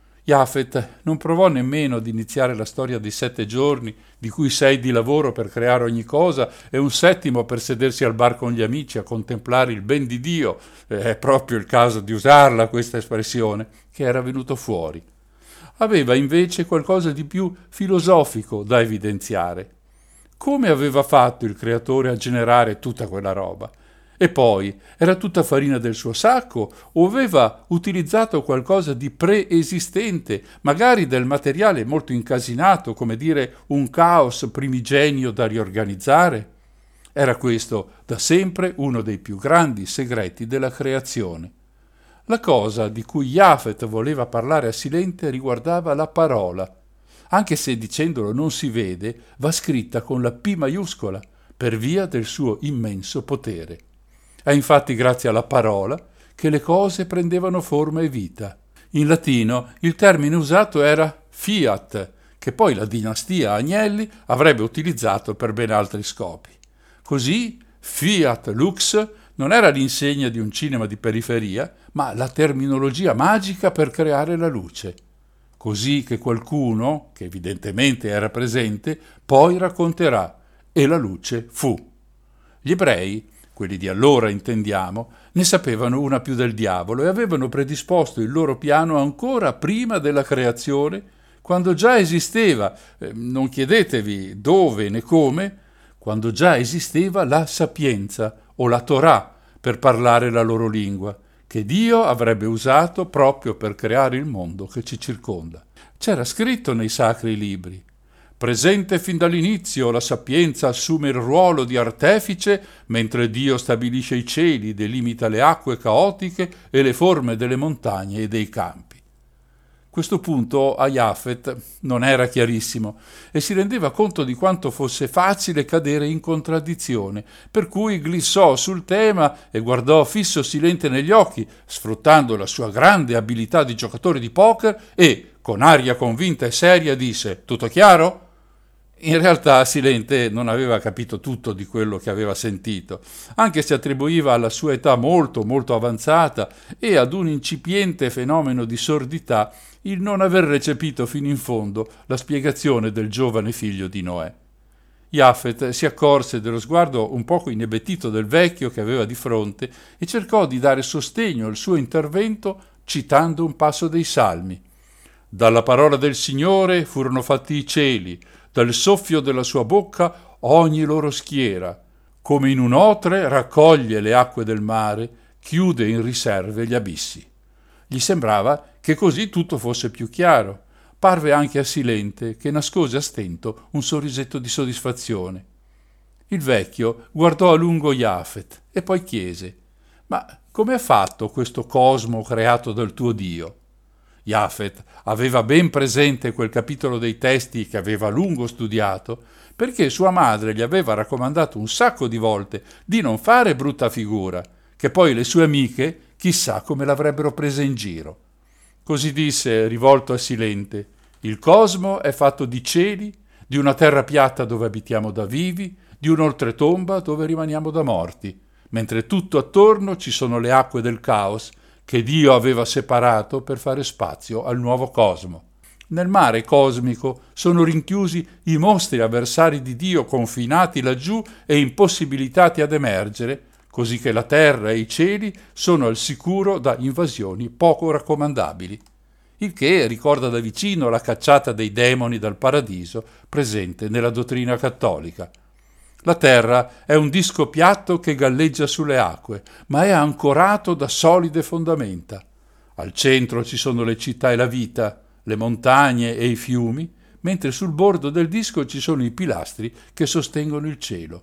Japhet non provò nemmeno ad iniziare la storia dei sette giorni, di cui sei di lavoro per creare ogni cosa e un settimo per sedersi al bar con gli amici a contemplare il ben di Dio, è proprio il caso di usarla questa espressione, che era venuto fuori. Aveva invece qualcosa di più filosofico da evidenziare. Come aveva fatto il creatore a generare tutta quella roba? E poi, era tutta farina del suo sacco o aveva utilizzato qualcosa di preesistente, magari del materiale molto incasinato, come dire un caos primigenio da riorganizzare? Era questo da sempre uno dei più grandi segreti della creazione. La cosa di cui Japhet voleva parlare a Silente riguardava la parola, anche se dicendolo non si vede, va scritta con la P maiuscola, per via del suo immenso potere. È infatti grazie alla parola che le cose prendevano forma e vita. In latino il termine usato era fiat, che poi la dinastia Agnelli avrebbe utilizzato per ben altri scopi. Così Fiat Lux non era l'insegna di un cinema di periferia, ma la terminologia magica per creare la luce. Così che qualcuno, che evidentemente era presente, poi racconterà: e la luce fu. Gli ebrei, quelli di allora intendiamo, ne sapevano una più del diavolo e avevano predisposto il loro piano ancora prima della creazione, quando già esisteva, eh, non chiedetevi dove né come, quando già esisteva la sapienza o la Torah per parlare la loro lingua, che Dio avrebbe usato proprio per creare il mondo che ci circonda. C'era scritto nei sacri libri: presente fin dall'inizio, la sapienza assume il ruolo di artefice, mentre Dio stabilisce i cieli, delimita le acque caotiche e le forme delle montagne e dei campi. Questo punto a Jafet non era chiarissimo e si rendeva conto di quanto fosse facile cadere in contraddizione, per cui glissò sul tema e guardò fisso Silente negli occhi, sfruttando la sua grande abilità di giocatore di poker, e, con aria convinta e seria, disse: «Tutto chiaro?» In realtà Silente non aveva capito tutto di quello che aveva sentito, anche se attribuiva alla sua età molto molto avanzata e ad un incipiente fenomeno di sordità il non aver recepito fino in fondo la spiegazione del giovane figlio di Noè. Jafet si accorse dello sguardo un poco inebetito del vecchio che aveva di fronte e cercò di dare sostegno al suo intervento citando un passo dei Salmi. «Dalla parola del Signore furono fatti i cieli, dal soffio della sua bocca ogni loro schiera. Come in un otre raccoglie le acque del mare, chiude in riserve gli abissi». Gli sembrava che così tutto fosse più chiaro. Parve anche a Silente, che nascose a stento un sorrisetto di soddisfazione. Il vecchio guardò a lungo Jafet e poi chiese: «Ma come è fatto questo cosmo creato dal tuo Dio?» Jafet aveva ben presente quel capitolo dei testi che aveva a lungo studiato, perché sua madre gli aveva raccomandato un sacco di volte di non fare brutta figura, che poi le sue amiche chissà come l'avrebbero presa in giro. Così disse, rivolto a Silente: «Il cosmo è fatto di cieli, di una terra piatta dove abitiamo da vivi, di un'oltretomba dove rimaniamo da morti, mentre tutto attorno ci sono le acque del caos che Dio aveva separato per fare spazio al nuovo cosmo. Nel mare cosmico sono rinchiusi i mostri avversari di Dio, confinati laggiù e impossibilitati ad emergere, così che la terra e i cieli sono al sicuro da invasioni poco raccomandabili». Il che ricorda da vicino la cacciata dei demoni dal paradiso presente nella dottrina cattolica. La terra è un disco piatto che galleggia sulle acque, ma è ancorato da solide fondamenta. Al centro ci sono le città e la vita, le montagne e i fiumi, mentre sul bordo del disco ci sono i pilastri che sostengono il cielo.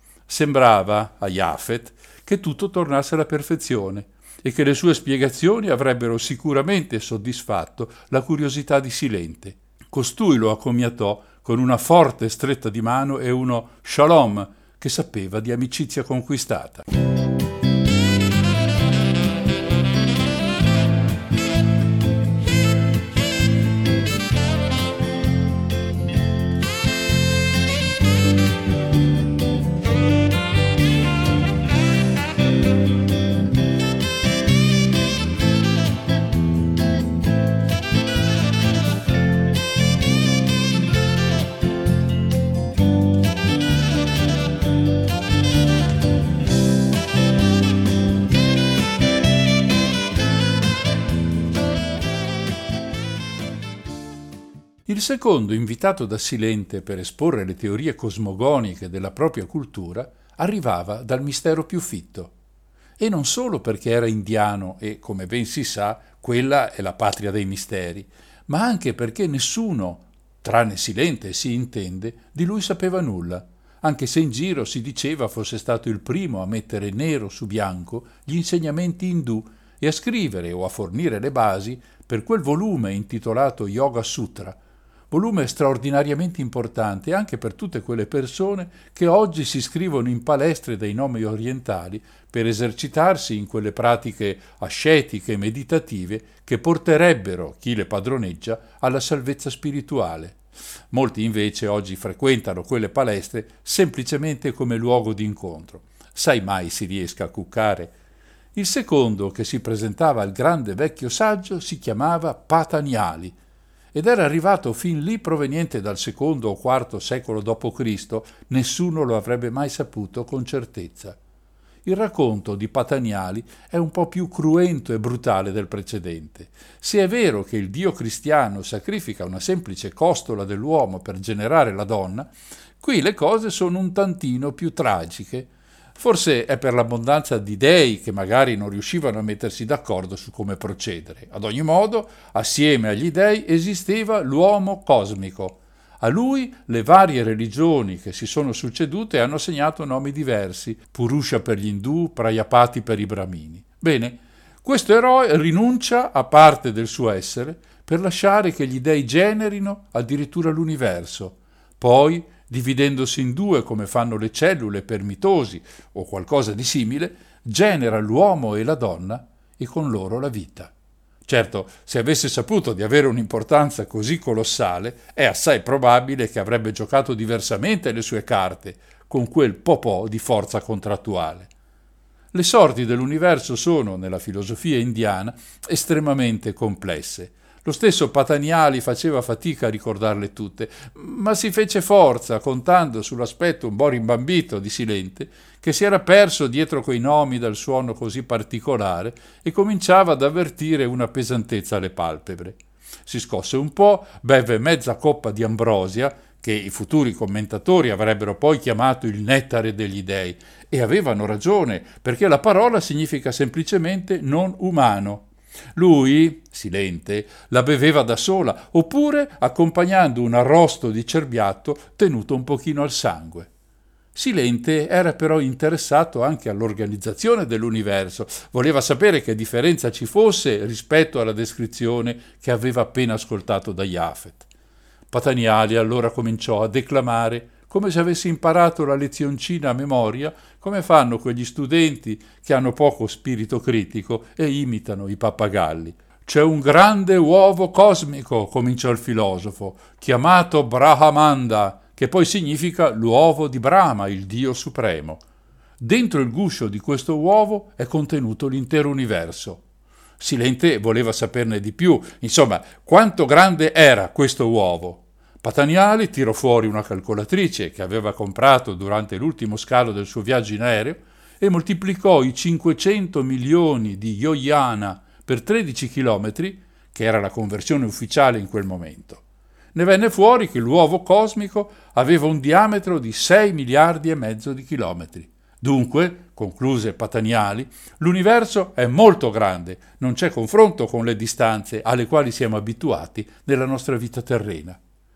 Sembrava a Jafet che tutto tornasse alla perfezione e che le sue spiegazioni avrebbero sicuramente soddisfatto la curiosità di Silente. Costui lo accomiatò con una forte stretta di mano e uno shalom che sapeva di amicizia conquistata. Il secondo, invitato da Silente per esporre le teorie cosmogoniche della propria cultura, arrivava dal mistero più fitto. E non solo perché era indiano e, come ben si sa, quella è la patria dei misteri, ma anche perché nessuno, tranne Silente si intende, di lui sapeva nulla, anche se in giro si diceva fosse stato il primo a mettere nero su bianco gli insegnamenti indù e a scrivere o a fornire le basi per quel volume intitolato Yoga Sutra, volume straordinariamente importante anche per tutte quelle persone che oggi si iscrivono in palestre dei nomi orientali per esercitarsi in quelle pratiche ascetiche e meditative che porterebbero chi le padroneggia alla salvezza spirituale. Molti invece oggi frequentano quelle palestre semplicemente come luogo di incontro. Sai mai si riesca a cuccare? Il secondo che si presentava al grande vecchio saggio si chiamava Patanjali ed era arrivato fin lì proveniente dal secondo o quarto secolo dopo Cristo, nessuno lo avrebbe mai saputo con certezza. Il racconto di Patanjali è un po' più cruento e brutale del precedente. Se è vero che il Dio cristiano sacrifica una semplice costola dell'uomo per generare la donna, qui le cose sono un tantino più tragiche. Forse è per l'abbondanza di dei che magari non riuscivano a mettersi d'accordo su come procedere. Ad ogni modo, assieme agli dei esisteva l'uomo cosmico. A lui le varie religioni che si sono succedute hanno assegnato nomi diversi, Purusha per gli Indù, Prayapati per i Brahmini. Bene, questo eroe rinuncia a parte del suo essere per lasciare che gli dei generino addirittura l'universo. Poi, dividendosi in due come fanno le cellule per mitosi o qualcosa di simile, genera l'uomo e la donna e con loro la vita. Certo, se avesse saputo di avere un'importanza così colossale, è assai probabile che avrebbe giocato diversamente le sue carte, con quel po' di forza contrattuale. Le sorti dell'universo sono, nella filosofia indiana, estremamente complesse. Lo stesso Patanjali faceva fatica a ricordarle tutte, ma si fece forza contando sull'aspetto un po' rimbambito di Silente, che si era perso dietro quei nomi dal suono così particolare e cominciava ad avvertire una pesantezza alle palpebre. Si scosse un po', beve mezza coppa di ambrosia, che i futuri commentatori avrebbero poi chiamato il nettare degli dei, e avevano ragione, perché la parola significa semplicemente non umano. Lui, Silente, la beveva da sola, oppure accompagnando un arrosto di cerbiatto tenuto un pochino al sangue. Silente era però interessato anche all'organizzazione dell'universo, voleva sapere che differenza ci fosse rispetto alla descrizione che aveva appena ascoltato da Jafet. Patanjali allora cominciò a declamare come se avesse imparato la lezioncina a memoria, come fanno quegli studenti che hanno poco spirito critico e imitano i pappagalli. «C'è un grande uovo cosmico», cominciò il filosofo, «chiamato Brahmanda», che poi significa l'uovo di Brahma, il Dio supremo. Dentro il guscio di questo uovo è contenuto l'intero universo. Silente voleva saperne di più, insomma, quanto grande era questo uovo. Patanjali tirò fuori una calcolatrice che aveva comprato durante l'ultimo scalo del suo viaggio in aereo e moltiplicò i cinquecento milioni di yojana per tredici chilometri, che era la conversione ufficiale in quel momento. Ne venne fuori che l'uovo cosmico aveva un diametro di sei miliardi e mezzo di chilometri. Dunque, concluse Patanjali, l'universo è molto grande, non c'è confronto con le distanze alle quali siamo abituati nella nostra vita terrena.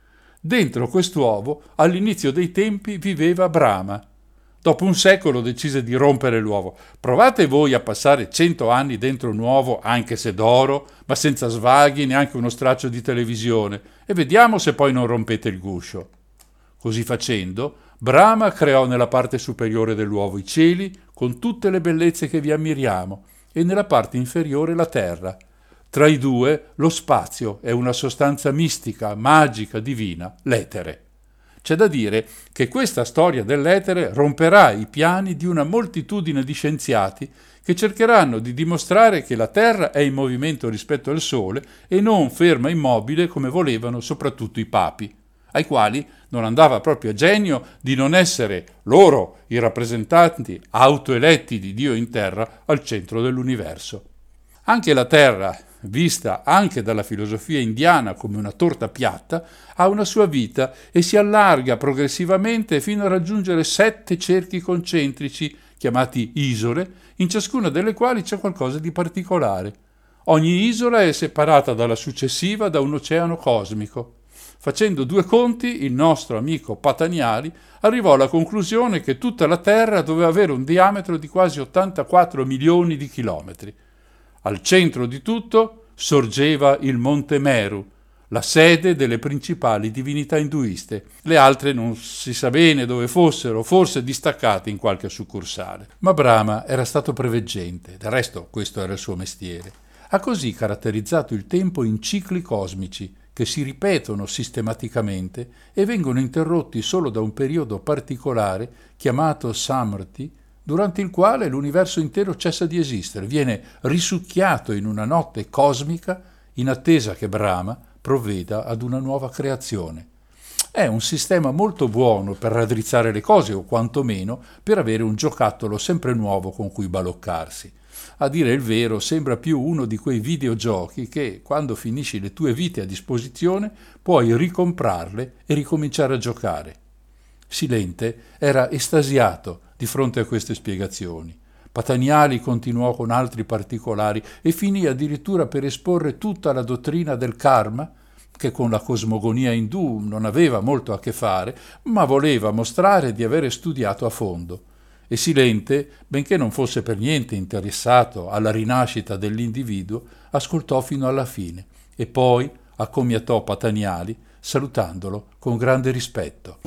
Dentro quest'uovo, all'inizio dei tempi, viveva Brahma. Dopo un secolo decise di rompere l'uovo. Provate voi a passare cento anni dentro un uovo, anche se d'oro, ma senza svaghi, neanche uno straccio di televisione, e vediamo se poi non rompete il guscio. Così facendo, Brahma creò nella parte superiore dell'uovo i cieli, con tutte le bellezze che vi ammiriamo, e nella parte inferiore la terra. Tra i due, lo spazio è una sostanza mistica, magica, divina, l'etere. C'è da dire che questa storia dell'etere romperà i piani di una moltitudine di scienziati che cercheranno di dimostrare che la Terra è in movimento rispetto al Sole e non ferma immobile come volevano soprattutto i papi, ai quali non andava proprio a genio di non essere loro i rappresentanti autoeletti di Dio in terra al centro dell'universo. Anche la Terra, vista anche dalla filosofia indiana come una torta piatta, ha una sua vita e si allarga progressivamente fino a raggiungere sette cerchi concentrici, chiamati isole, in ciascuna delle quali c'è qualcosa di particolare. Ogni isola è separata dalla successiva da un oceano cosmico. Facendo due conti, il nostro amico Patanjali arrivò alla conclusione che tutta la Terra doveva avere un diametro di quasi ottantaquattro milioni di chilometri. Al centro di tutto sorgeva il Monte Meru, la sede delle principali divinità induiste. Le altre non si sa bene dove fossero, forse distaccate in qualche succursale. Ma Brahma era stato preveggente, del resto questo era il suo mestiere. Ha così caratterizzato il tempo in cicli cosmici che si ripetono sistematicamente e vengono interrotti solo da un periodo particolare chiamato Samrti, durante il quale l'universo intero cessa di esistere, viene risucchiato in una notte cosmica in attesa che Brahma provveda ad una nuova creazione. È un sistema molto buono per raddrizzare le cose o quantomeno per avere un giocattolo sempre nuovo con cui baloccarsi. A dire il vero, sembra più uno di quei videogiochi che, quando finisci le tue vite a disposizione, puoi ricomprarle e ricominciare a giocare. Silente era estasiato di fronte a queste spiegazioni. Patanjali continuò con altri particolari e finì addirittura per esporre tutta la dottrina del karma, che con la cosmogonia indù non aveva molto a che fare, ma voleva mostrare di avere studiato a fondo. E Silente, benché non fosse per niente interessato alla rinascita dell'individuo, ascoltò fino alla fine e poi accomiatò Patanjali salutandolo con grande rispetto.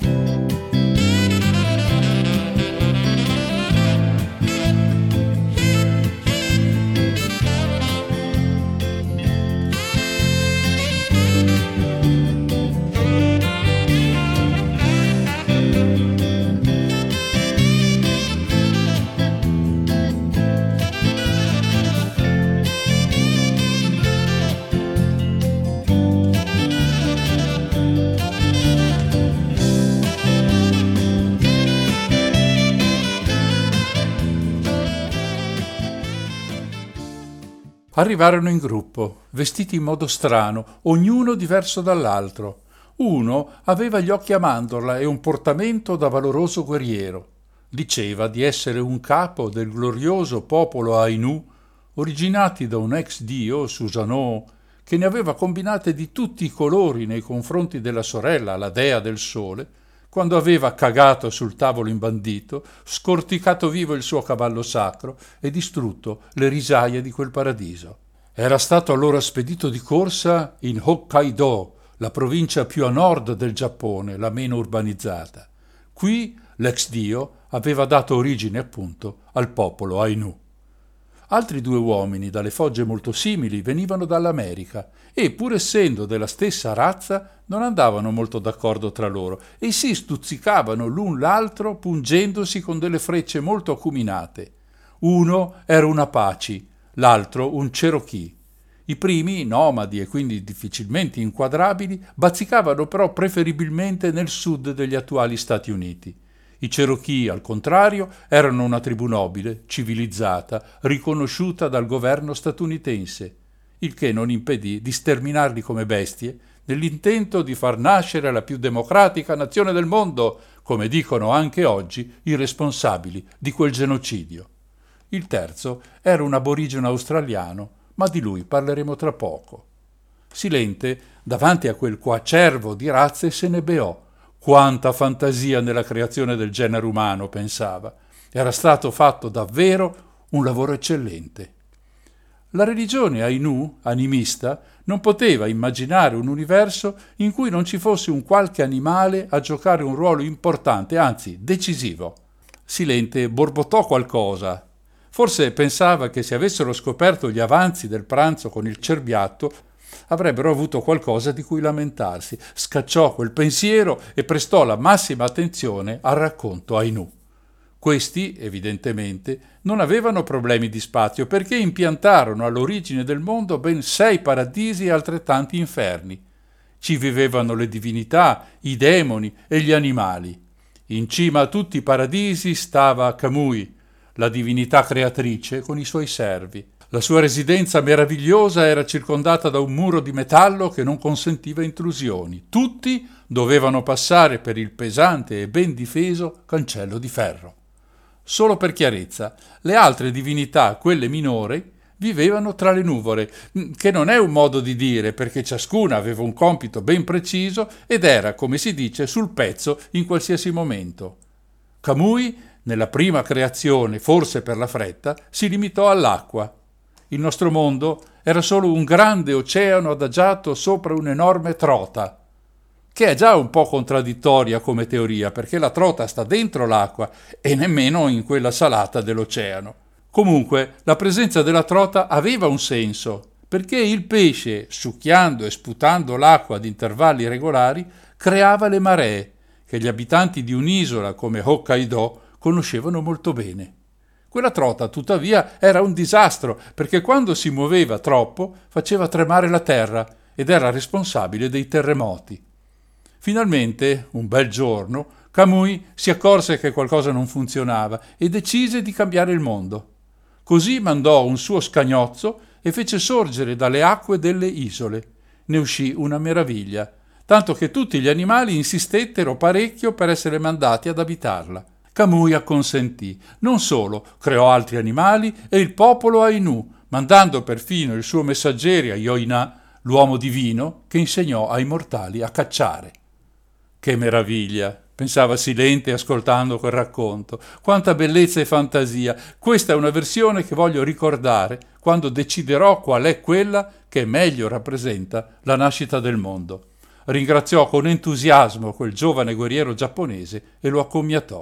Arrivarono in gruppo, vestiti in modo strano, ognuno diverso dall'altro. Uno aveva gli occhi a mandorla e un portamento da valoroso guerriero. Diceva di essere un capo del glorioso popolo Ainu, originati da un ex dio, Susanoo, che ne aveva combinate di tutti i colori nei confronti della sorella, la dea del sole, quando aveva cagato sul tavolo imbandito, scorticato vivo il suo cavallo sacro e distrutto le risaie di quel paradiso. Era stato allora spedito di corsa in Hokkaido, la provincia più a nord del Giappone, la meno urbanizzata. Qui l'ex dio aveva dato origine appunto al popolo Ainu. Altri due uomini, dalle fogge molto simili, venivano dall'America e, pur essendo della stessa razza, non andavano molto d'accordo tra loro e si stuzzicavano l'un l'altro pungendosi con delle frecce molto acuminate. Uno era un Apache, l'altro un Cherokee. I primi, nomadi e quindi difficilmente inquadrabili, bazzicavano però preferibilmente nel sud degli attuali Stati Uniti. I Cherokee, al contrario, erano una tribù nobile, civilizzata, riconosciuta dal governo statunitense, il che non impedì di sterminarli come bestie nell'intento di far nascere la più democratica nazione del mondo, come dicono anche oggi i responsabili di quel genocidio. Il terzo era un aborigeno australiano, ma di lui parleremo tra poco. Silente, davanti a quel coacervo di razze, se ne beò. Quanta fantasia nella creazione del genere umano, pensava. Era stato fatto davvero un lavoro eccellente. La religione Ainu, animista, non poteva immaginare un universo in cui non ci fosse un qualche animale a giocare un ruolo importante, anzi decisivo. Silente borbottò qualcosa. Forse pensava che se avessero scoperto gli avanzi del pranzo con il cerbiatto avrebbero avuto qualcosa di cui lamentarsi. Scacciò quel pensiero e prestò la massima attenzione al racconto Ainu. Questi, evidentemente, non avevano problemi di spazio perché impiantarono all'origine del mondo ben sei paradisi e altrettanti inferni. Ci vivevano le divinità, i demoni e gli animali. In cima a tutti i paradisi stava Kamui, la divinità creatrice, con i suoi servi. La sua residenza meravigliosa era circondata da un muro di metallo che non consentiva intrusioni. Tutti dovevano passare per il pesante e ben difeso cancello di ferro. Solo per chiarezza, le altre divinità, quelle minori, vivevano tra le nuvole, che non è un modo di dire perché ciascuna aveva un compito ben preciso ed era, come si dice, sul pezzo in qualsiasi momento. Kamui, nella prima creazione, forse per la fretta, si limitò all'acqua. Il nostro mondo era solo un grande oceano adagiato sopra un'enorme trota, che è già un po' contraddittoria come teoria, perché la trota sta dentro l'acqua e nemmeno in quella salata dell'oceano. Comunque, la presenza della trota aveva un senso, perché il pesce, succhiando e sputando l'acqua ad intervalli regolari, creava le maree, che gli abitanti di un'isola come Hokkaido conoscevano molto bene. Quella trota, tuttavia, era un disastro, perché quando si muoveva troppo faceva tremare la terra ed era responsabile dei terremoti. Finalmente, un bel giorno, Kamui si accorse che qualcosa non funzionava e decise di cambiare il mondo. Così mandò un suo scagnozzo e fece sorgere dalle acque delle isole. Ne uscì una meraviglia, tanto che tutti gli animali insistettero parecchio per essere mandati ad abitarla. Kamui acconsentì. Non solo, creò altri animali e il popolo Ainu, mandando perfino il suo messaggero a Yoina, l'uomo divino, che insegnò ai mortali a cacciare. Che meraviglia! Pensava Silente ascoltando quel racconto. Quanta bellezza e fantasia! Questa è una versione che voglio ricordare quando deciderò qual è quella che meglio rappresenta la nascita del mondo. Ringraziò con entusiasmo quel giovane guerriero giapponese e lo accomiatò.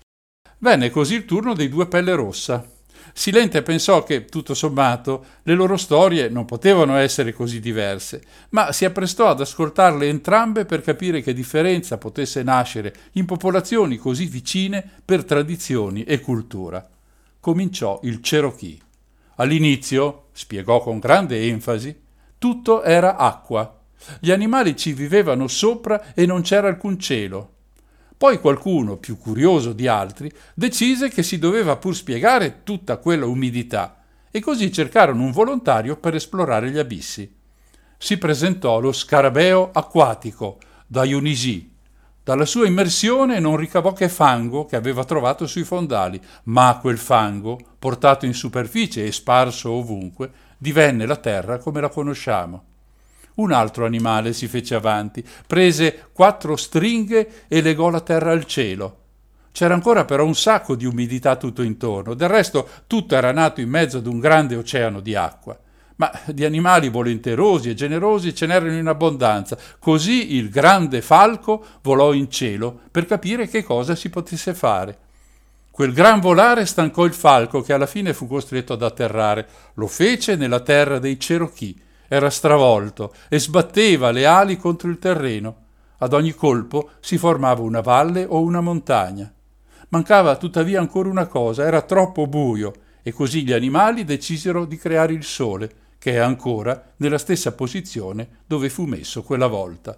Venne così il turno dei due Pelle Rossa. Silente pensò che, tutto sommato, le loro storie non potevano essere così diverse, ma si apprestò ad ascoltarle entrambe per capire che differenza potesse nascere in popolazioni così vicine per tradizioni e cultura. Cominciò il Cherokee. All'inizio, spiegò con grande enfasi, tutto era acqua. Gli animali ci vivevano sopra e non c'era alcun cielo. Poi qualcuno, più curioso di altri, decise che si doveva pur spiegare tutta quella umidità e così cercarono un volontario per esplorare gli abissi. Si presentò lo scarabeo acquatico, Dionisi. Dalla sua immersione non ricavò che fango che aveva trovato sui fondali, ma quel fango, portato in superficie e sparso ovunque, divenne la terra come la conosciamo. Un altro animale si fece avanti, prese quattro stringhe e legò la terra al cielo. C'era ancora però un sacco di umidità tutto intorno, del resto tutto era nato in mezzo ad un grande oceano di acqua. Ma di animali volenterosi e generosi ce n'erano in abbondanza, così il grande falco volò in cielo per capire che cosa si potesse fare. Quel gran volare stancò il falco, che alla fine fu costretto ad atterrare. Lo fece nella terra dei Cherokee. Era stravolto e sbatteva le ali contro il terreno. Ad ogni colpo si formava una valle o una montagna. Mancava tuttavia ancora una cosa, era troppo buio, e così gli animali decisero di creare il sole, che è ancora nella stessa posizione dove fu messo quella volta.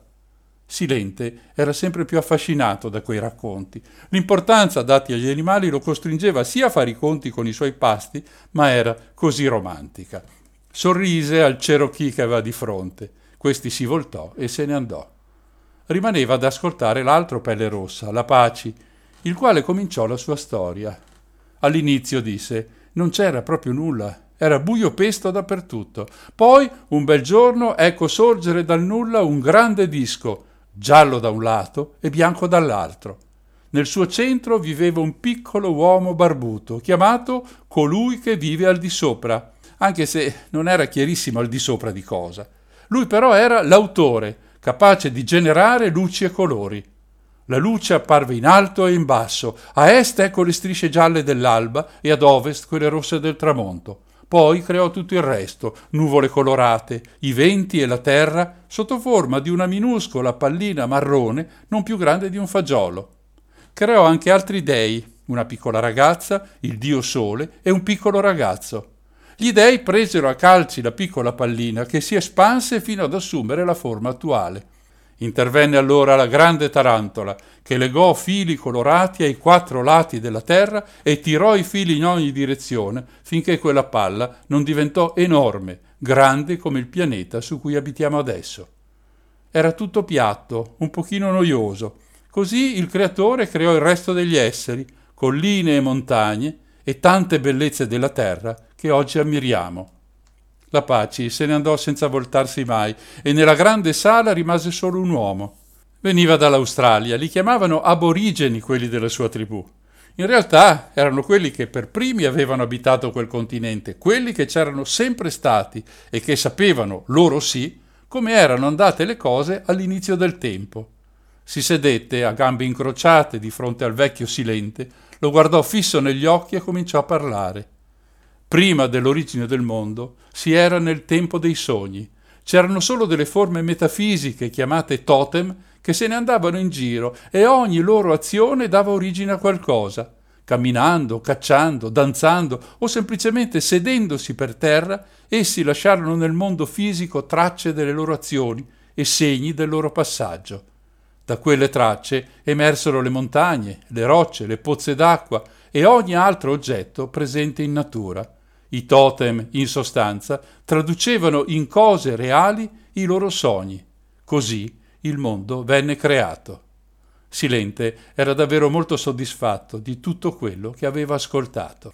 Silente era sempre più affascinato da quei racconti. L'importanza dati agli animali lo costringeva sia a fare i conti con i suoi pasti, ma era così romantica. Sorrise al Cherokee che aveva di fronte. Questi si voltò e se ne andò. Rimaneva ad ascoltare l'altro Pelle Rossa, l'Apache, il quale cominciò la sua storia. All'inizio disse: non c'era proprio nulla, era buio pesto dappertutto. Poi, un bel giorno, ecco sorgere dal nulla un grande disco, giallo da un lato e bianco dall'altro. Nel suo centro viveva un piccolo uomo barbuto, chiamato colui che vive al di sopra, anche se non era chiarissimo al di sopra di cosa. Lui però era l'autore, capace di generare luci e colori. La luce apparve in alto e in basso, a est ecco le strisce gialle dell'alba e ad ovest quelle rosse del tramonto. Poi creò tutto il resto, nuvole colorate, i venti e la terra, sotto forma di una minuscola pallina marrone non più grande di un fagiolo. Creò anche altri dei, una piccola ragazza, il dio sole e un piccolo ragazzo. Gli dei presero a calci la piccola pallina, che si espanse fino ad assumere la forma attuale. Intervenne allora la grande tarantola, che legò fili colorati ai quattro lati della terra e tirò i fili in ogni direzione finché quella palla non diventò enorme, grande come il pianeta su cui abitiamo adesso. Era tutto piatto, un pochino noioso. Così il creatore creò il resto degli esseri, colline e montagne e tante bellezze della terra che oggi ammiriamo. L'Apache se ne andò senza voltarsi mai e nella grande sala rimase solo un uomo. Veniva dall'Australia, li chiamavano aborigeni quelli della sua tribù. In realtà erano quelli che per primi avevano abitato quel continente, quelli che c'erano sempre stati e che sapevano, loro sì, come erano andate le cose all'inizio del tempo. Si sedette a gambe incrociate di fronte al vecchio Silente, lo guardò fisso negli occhi e cominciò a parlare. Prima dell'origine del mondo si era nel tempo dei sogni. C'erano solo delle forme metafisiche chiamate totem che se ne andavano in giro e ogni loro azione dava origine a qualcosa. Camminando, cacciando, danzando o semplicemente sedendosi per terra, essi lasciarono nel mondo fisico tracce delle loro azioni e segni del loro passaggio. Da quelle tracce emersero le montagne, le rocce, le pozze d'acqua e ogni altro oggetto presente in natura. I totem, in sostanza, traducevano in cose reali i loro sogni. Così il mondo venne creato. Silente era davvero molto soddisfatto di tutto quello che aveva ascoltato.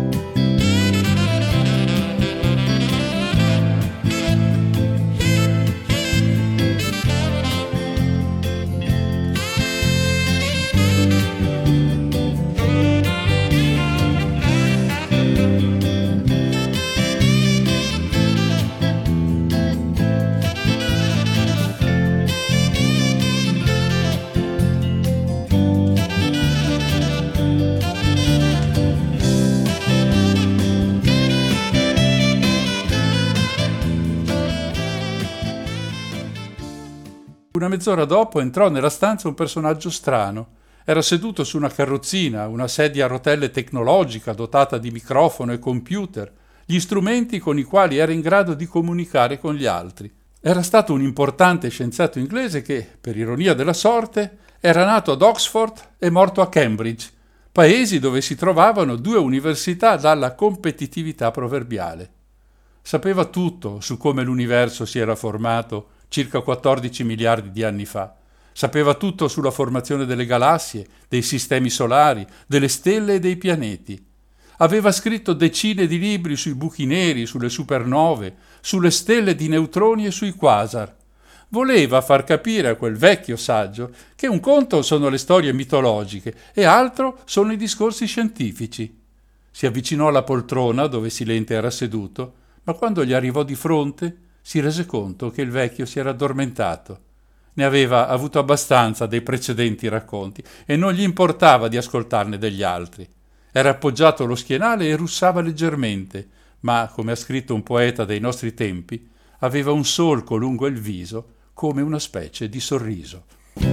Una mezz'ora dopo entrò nella stanza un personaggio strano. Era seduto su una carrozzina, una sedia a rotelle tecnologica dotata di microfono e computer, gli strumenti con i quali era in grado di comunicare con gli altri. Era stato un importante scienziato inglese che, per ironia della sorte, era nato ad Oxford e morto a Cambridge, paesi dove si trovavano due università dalla competitività proverbiale. Sapeva tutto su come l'universo si era formato circa quattordici miliardi di anni fa. Sapeva tutto sulla formazione delle galassie, dei sistemi solari, delle stelle e dei pianeti. Aveva scritto decine di libri sui buchi neri, sulle supernove, sulle stelle di neutroni e sui quasar. Voleva far capire a quel vecchio saggio che un conto sono le storie mitologiche e altro sono i discorsi scientifici. Si avvicinò alla poltrona dove Silente era seduto, ma quando gli arrivò di fronte si rese conto che il vecchio si era addormentato. Ne aveva avuto abbastanza dei precedenti racconti e non gli importava di ascoltarne degli altri. Era appoggiato allo schienale e russava leggermente, ma, come ha scritto un poeta dei nostri tempi, aveva un solco lungo il viso come una specie di sorriso.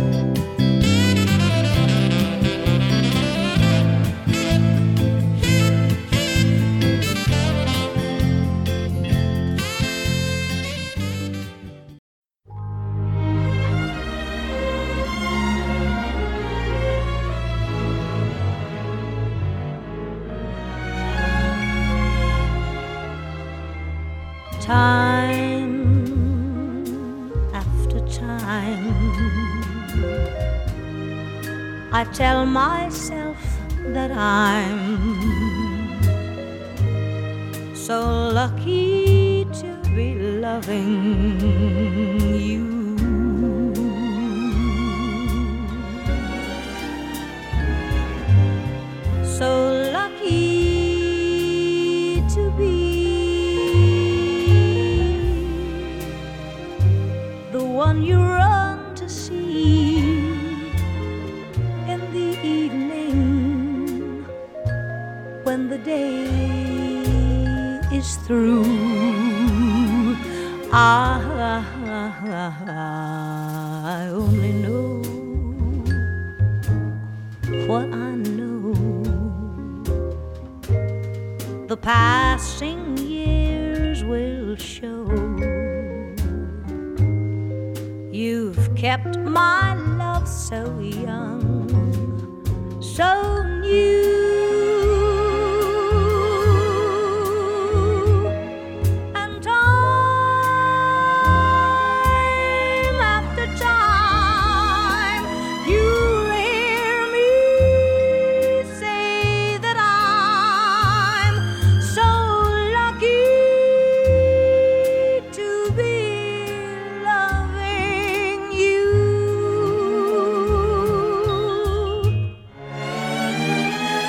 Time after time, I tell myself that I'm so lucky to be loving you. So lucky to be the one you run to see in the evening when the day is through. I, I only know what I know. The passing years will show. You've kept my love so young, so new. And time after time, you'll hear me say that I'm so lucky to be loving you.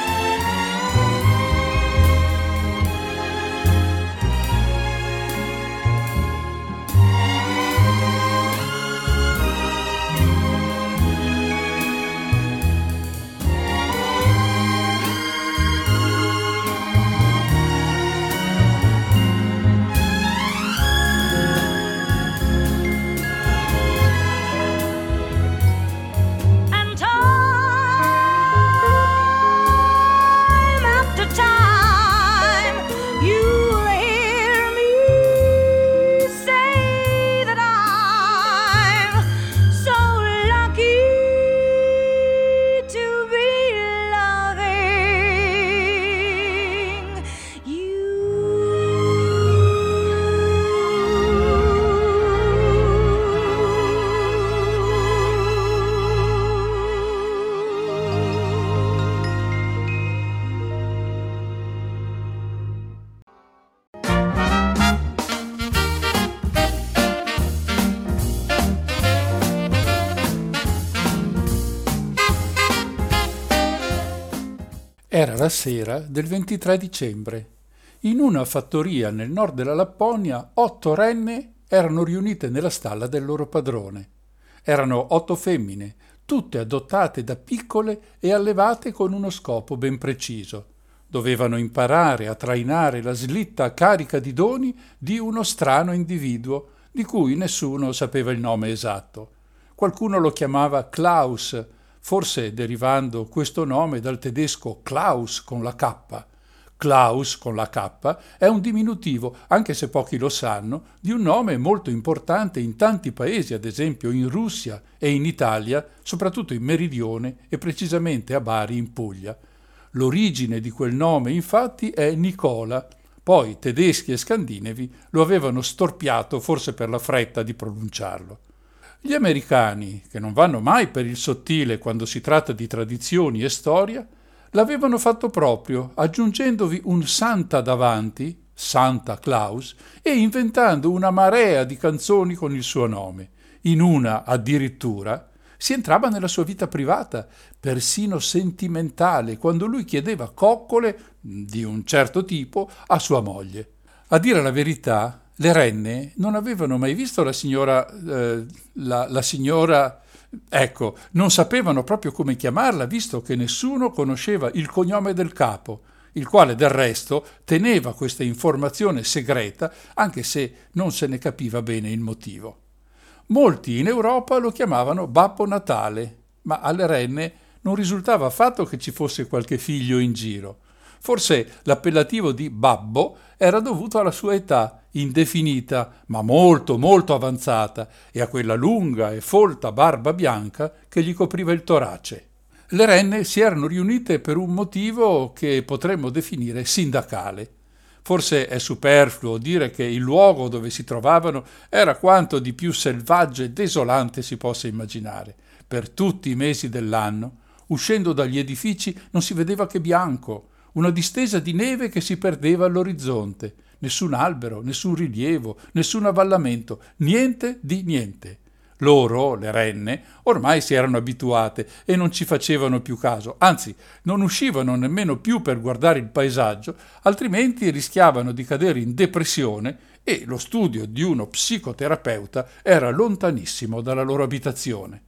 Era la sera del ventitré dicembre. In una fattoria nel nord della Lapponia, otto renne erano riunite nella stalla del loro padrone. Erano otto femmine, tutte adottate da piccole e allevate con uno scopo ben preciso. Dovevano imparare a trainare la slitta carica di doni di uno strano individuo, di cui nessuno sapeva il nome esatto. Qualcuno lo chiamava Klaus, forse derivando questo nome dal tedesco Klaus con la K. Klaus con la K è un diminutivo, anche se pochi lo sanno, di un nome molto importante in tanti paesi, ad esempio in Russia e in Italia, soprattutto in Meridione e precisamente a Bari in Puglia. L'origine di quel nome, infatti, è Nicola. Poi tedeschi e scandinavi lo avevano storpiato, forse per la fretta di pronunciarlo. Gli americani, che non vanno mai per il sottile quando si tratta di tradizioni e storia, l'avevano fatto proprio, aggiungendovi un Santa davanti, Santa Claus, e inventando una marea di canzoni con il suo nome. In una, addirittura, si entrava nella sua vita privata, persino sentimentale, quando lui chiedeva coccole di un certo tipo a sua moglie. A dire la verità, le renne non avevano mai visto la signora, eh, la, la signora, ecco, non sapevano proprio come chiamarla, visto che nessuno conosceva il cognome del capo, il quale del resto teneva questa informazione segreta, anche se non se ne capiva bene il motivo. Molti in Europa lo chiamavano Babbo Natale, ma alle renne non risultava affatto che ci fosse qualche figlio in giro. Forse l'appellativo di Babbo era dovuto alla sua età, indefinita, ma molto molto avanzata, e a quella lunga e folta barba bianca che gli copriva il torace. Le renne si erano riunite per un motivo che potremmo definire sindacale. Forse è superfluo dire che il luogo dove si trovavano era quanto di più selvaggio e desolante si possa immaginare. Per tutti i mesi dell'anno, uscendo dagli edifici, non si vedeva che bianco, una distesa di neve che si perdeva all'orizzonte. Nessun albero, nessun rilievo, nessun avvallamento, niente di niente. Loro, le renne, ormai si erano abituate e non ci facevano più caso, anzi, non uscivano nemmeno più per guardare il paesaggio, altrimenti rischiavano di cadere in depressione e lo studio di uno psicoterapeuta era lontanissimo dalla loro abitazione.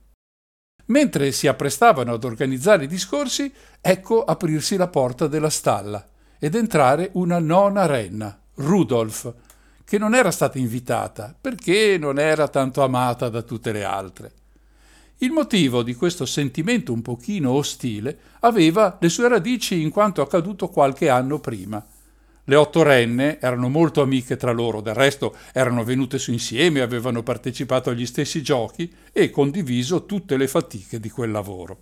Mentre si apprestavano ad organizzare i discorsi, ecco aprirsi la porta della stalla ed entrare una nona renna, Rudolf, che non era stata invitata perché non era tanto amata da tutte le altre. Il motivo di questo sentimento un pochino ostile aveva le sue radici in quanto accaduto qualche anno prima. Le otto renne erano molto amiche tra loro, del resto erano venute su insieme, avevano partecipato agli stessi giochi e condiviso tutte le fatiche di quel lavoro.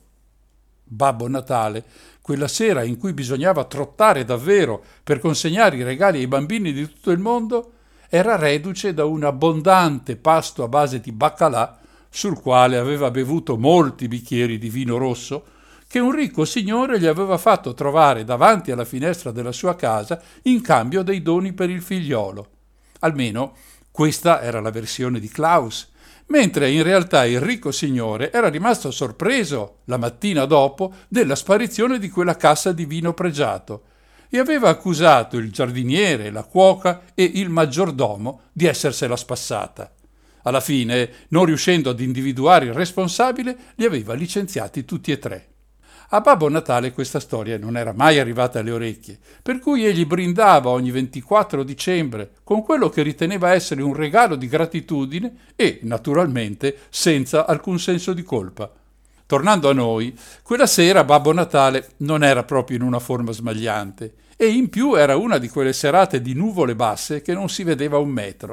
Babbo Natale, quella sera in cui bisognava trottare davvero per consegnare i regali ai bambini di tutto il mondo, era reduce da un abbondante pasto a base di baccalà, sul quale aveva bevuto molti bicchieri di vino rosso, che un ricco signore gli aveva fatto trovare davanti alla finestra della sua casa in cambio dei doni per il figliolo. Almeno questa era la versione di Klaus, mentre in realtà il ricco signore era rimasto sorpreso la mattina dopo della sparizione di quella cassa di vino pregiato e aveva accusato il giardiniere, la cuoca e il maggiordomo di essersela spassata. Alla fine, non riuscendo ad individuare il responsabile, li aveva licenziati tutti e tre. A Babbo Natale questa storia non era mai arrivata alle orecchie, per cui egli brindava ogni ventiquattro dicembre con quello che riteneva essere un regalo di gratitudine e, naturalmente, senza alcun senso di colpa. Tornando a noi, quella sera Babbo Natale non era proprio in una forma smagliante e in più era una di quelle serate di nuvole basse che non si vedeva un metro.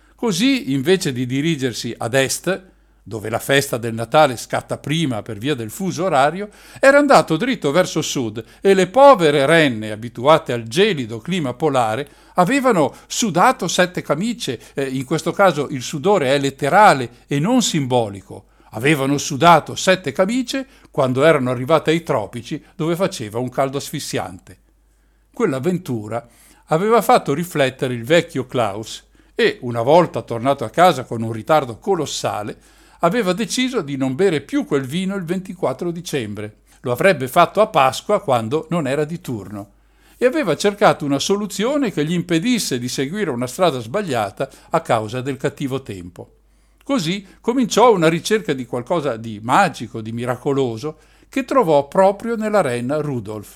Così, invece di dirigersi ad est, dove la festa del Natale scatta prima per via del fuso orario, era andato dritto verso sud e le povere renne, abituate al gelido clima polare, avevano sudato sette camicie, eh, in questo caso il sudore è letterale e non simbolico, avevano sudato sette camicie quando erano arrivate ai tropici dove faceva un caldo asfissiante. Quell'avventura aveva fatto riflettere il vecchio Klaus e, una volta tornato a casa con un ritardo colossale, aveva deciso di non bere più quel vino il ventiquattro dicembre. lo avrebbe fatto a Pasqua quando non era di turno, e aveva cercato una soluzione che gli impedisse di seguire una strada sbagliata a causa del cattivo tempo. Così cominciò una ricerca di qualcosa di magico, di miracoloso, che trovò proprio nella renna Rudolf.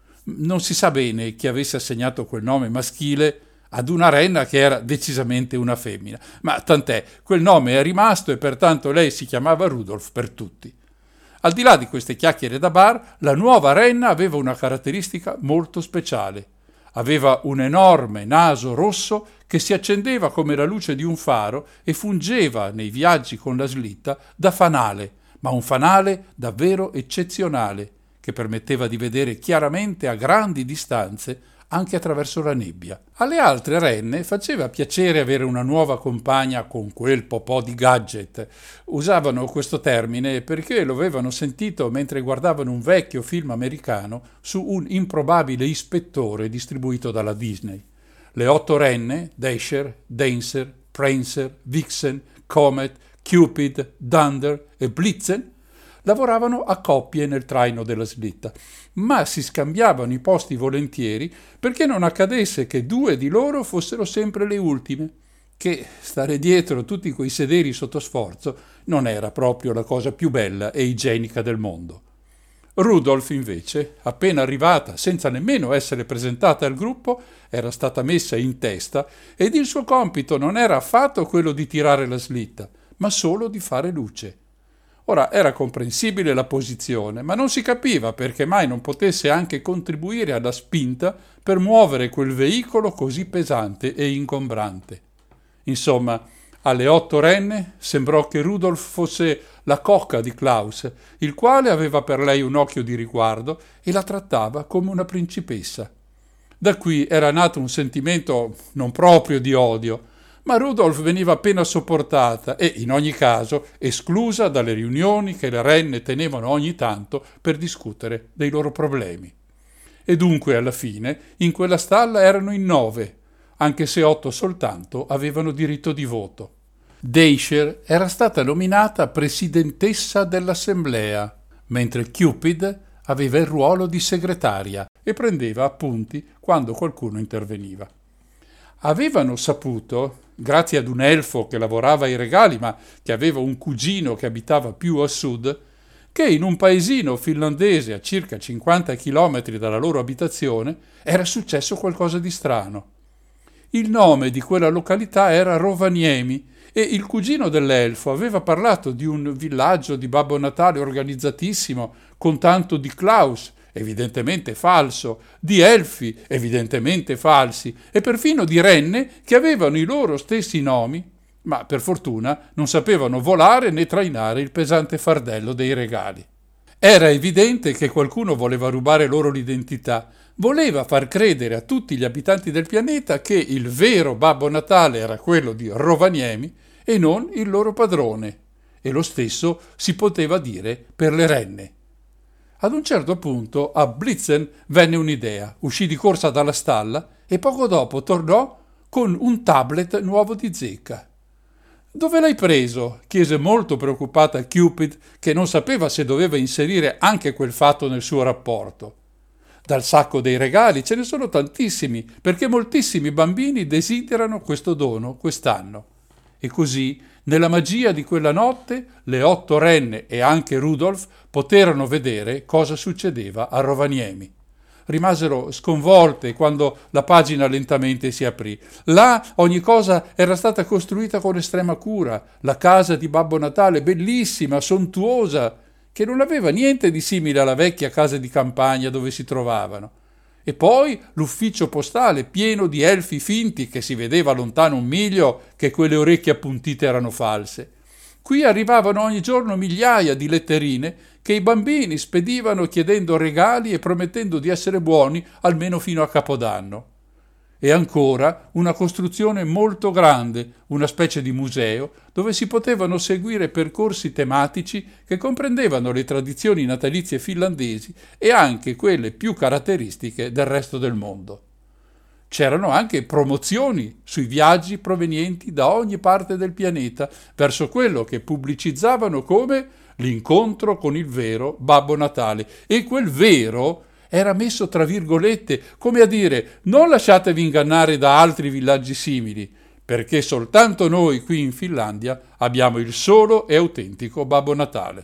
Non si sa bene chi avesse assegnato quel nome maschile ad una renna che era decisamente una femmina, ma tant'è, quel nome è rimasto e pertanto lei si chiamava Rudolf per tutti. Al di là di queste chiacchiere da bar, la nuova renna aveva una caratteristica molto speciale. Aveva un enorme naso rosso che si accendeva come la luce di un faro e fungeva nei viaggi con la slitta da fanale, ma un fanale davvero eccezionale, che permetteva di vedere chiaramente a grandi distanze anche attraverso la nebbia. Alle altre renne faceva piacere avere una nuova compagna con quel popò di gadget. Usavano questo termine perché lo avevano sentito mentre guardavano un vecchio film americano su un improbabile ispettore distribuito dalla Disney. Le otto renne, Dasher, Dancer, Prancer, Vixen, Comet, Cupid, Dunder e Blitzen, lavoravano a coppie nel traino della slitta, ma si scambiavano i posti volentieri perché non accadesse che due di loro fossero sempre le ultime, che stare dietro tutti quei sederi sotto sforzo non era proprio la cosa più bella e igienica del mondo. Rudolf, invece, appena arrivata, senza nemmeno essere presentata al gruppo, era stata messa in testa ed il suo compito non era affatto quello di tirare la slitta, ma solo di fare luce. Ora, era comprensibile la posizione, ma non si capiva perché mai non potesse anche contribuire alla spinta per muovere quel veicolo così pesante e ingombrante. Insomma, alle otto renne sembrò che Rudolf fosse la cocca di Klaus, il quale aveva per lei un occhio di riguardo e la trattava come una principessa. Da qui era nato un sentimento non proprio di odio, ma Rudolf veniva appena sopportata e, in ogni caso, esclusa dalle riunioni che le renne tenevano ogni tanto per discutere dei loro problemi. E dunque, alla fine, in quella stalla erano in nove, anche se otto soltanto avevano diritto di voto. Dasher era stata nominata presidentessa dell'assemblea, mentre Cupid aveva il ruolo di segretaria e prendeva appunti quando qualcuno interveniva. Avevano saputo, grazie ad un elfo che lavorava ai regali ma che aveva un cugino che abitava più a sud, che in un paesino finlandese a circa cinquanta chilometri dalla loro abitazione era successo qualcosa di strano. Il nome di quella località era Rovaniemi e il cugino dell'elfo aveva parlato di un villaggio di Babbo Natale organizzatissimo con tanto di Klaus, evidentemente falso, di elfi, evidentemente falsi, e perfino di renne che avevano i loro stessi nomi, ma per fortuna non sapevano volare né trainare il pesante fardello dei regali. Era evidente che qualcuno voleva rubare loro l'identità, voleva far credere a tutti gli abitanti del pianeta che il vero Babbo Natale era quello di Rovaniemi e non il loro padrone, e lo stesso si poteva dire per le renne. Ad un certo punto a Blitzen venne un'idea, uscì di corsa dalla stalla e poco dopo tornò con un tablet nuovo di zecca. «Dove l'hai preso?» chiese molto preoccupata Cupid, che non sapeva se doveva inserire anche quel fatto nel suo rapporto. «Dal sacco dei regali, ce ne sono tantissimi, perché moltissimi bambini desiderano questo dono quest'anno». E così, nella magia di quella notte, le otto renne e anche Rudolf poterono vedere cosa succedeva a Rovaniemi. Rimasero sconvolte quando la pagina lentamente si aprì. Là ogni cosa era stata costruita con estrema cura, la casa di Babbo Natale bellissima, sontuosa, che non aveva niente di simile alla vecchia casa di campagna dove si trovavano. E poi l'ufficio postale pieno di elfi finti che si vedeva lontano un miglio che quelle orecchie appuntite erano false. Qui arrivavano ogni giorno migliaia di letterine che i bambini spedivano chiedendo regali e promettendo di essere buoni almeno fino a Capodanno. E ancora una costruzione molto grande, una specie di museo, dove si potevano seguire percorsi tematici che comprendevano le tradizioni natalizie finlandesi e anche quelle più caratteristiche del resto del mondo. C'erano anche promozioni sui viaggi provenienti da ogni parte del pianeta verso quello che pubblicizzavano come l'incontro con il vero Babbo Natale. E quel vero era messo tra virgolette, come a dire: non lasciatevi ingannare da altri villaggi simili, perché soltanto noi qui in Finlandia abbiamo il solo e autentico Babbo Natale.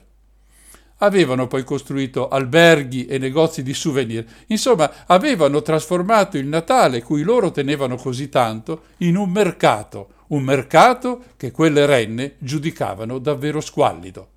Avevano poi costruito alberghi e negozi di souvenir, insomma avevano trasformato il Natale, cui loro tenevano così tanto, in un mercato, un mercato che quelle renne giudicavano davvero squallido.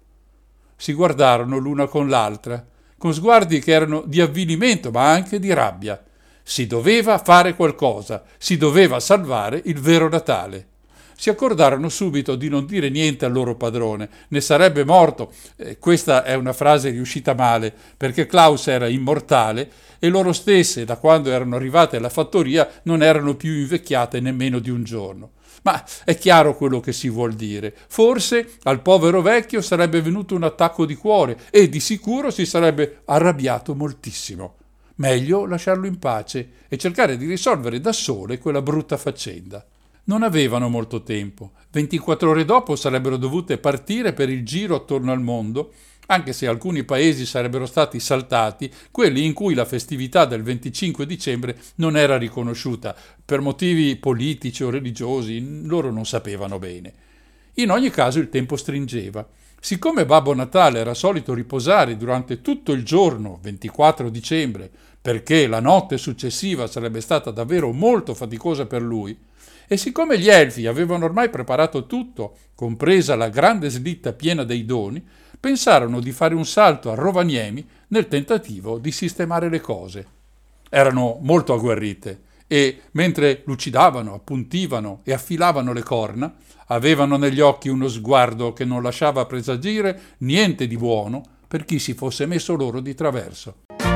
Si guardarono l'una con l'altra, con sguardi che erano di avvilimento ma anche di rabbia. Si doveva fare qualcosa, si doveva salvare il vero Natale. Si accordarono subito di non dire niente al loro padrone, ne sarebbe morto. Eh, questa è una frase riuscita male, perché Klaus era immortale e loro stesse, da quando erano arrivate alla fattoria, non erano più invecchiate nemmeno di un giorno. Ma è chiaro quello che si vuol dire. Forse al povero vecchio sarebbe venuto un attacco di cuore e di sicuro si sarebbe arrabbiato moltissimo. Meglio lasciarlo in pace e cercare di risolvere da sole quella brutta faccenda. Non avevano molto tempo. ventiquattro ore dopo sarebbero dovute partire per il giro attorno al mondo, anche se alcuni paesi sarebbero stati saltati, quelli in cui la festività del venticinque dicembre non era riconosciuta, per motivi politici o religiosi, loro non sapevano bene. In ogni caso il tempo stringeva. Siccome Babbo Natale era solito riposare durante tutto il giorno, ventiquattro dicembre, perché la notte successiva sarebbe stata davvero molto faticosa per lui, e siccome gli elfi avevano ormai preparato tutto, compresa la grande slitta piena dei doni, pensarono di fare un salto a Rovaniemi nel tentativo di sistemare le cose. Erano molto agguerrite e, mentre lucidavano, appuntivano e affilavano le corna, avevano negli occhi uno sguardo che non lasciava presagire niente di buono per chi si fosse messo loro di traverso.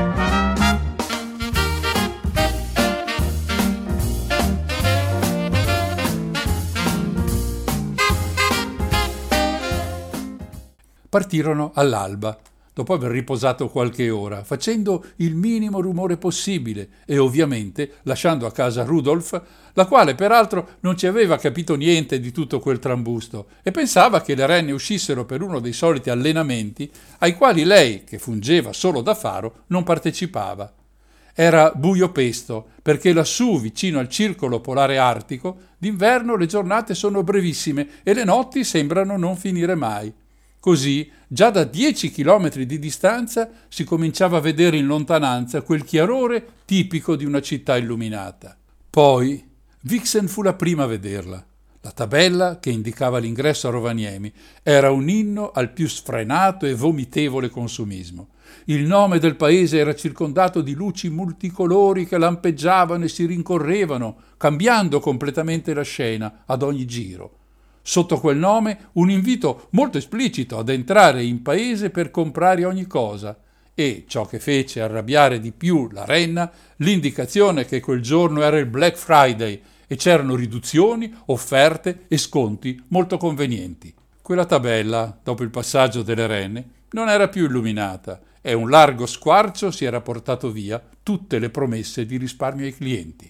Partirono all'alba, dopo aver riposato qualche ora, facendo il minimo rumore possibile e ovviamente lasciando a casa Rudolf, la quale peraltro non ci aveva capito niente di tutto quel trambusto e pensava che le renne uscissero per uno dei soliti allenamenti ai quali lei, che fungeva solo da faro, non partecipava. Era buio pesto, perché lassù, vicino al circolo polare artico, d'inverno le giornate sono brevissime e le notti sembrano non finire mai. Così, già da dieci chilometri di distanza, si cominciava a vedere in lontananza quel chiarore tipico di una città illuminata. Poi, Vixen fu la prima a vederla. La tabella che indicava l'ingresso a Rovaniemi era un inno al più sfrenato e vomitevole consumismo. Il nome del paese era circondato di luci multicolori che lampeggiavano e si rincorrevano, cambiando completamente la scena ad ogni giro. Sotto quel nome un invito molto esplicito ad entrare in paese per comprare ogni cosa e, ciò che fece arrabbiare di più la renna, l'indicazione che quel giorno era il Black Friday e c'erano riduzioni, offerte e sconti molto convenienti. Quella tabella, dopo il passaggio delle renne, non era più illuminata e un largo squarcio si era portato via tutte le promesse di risparmio ai clienti.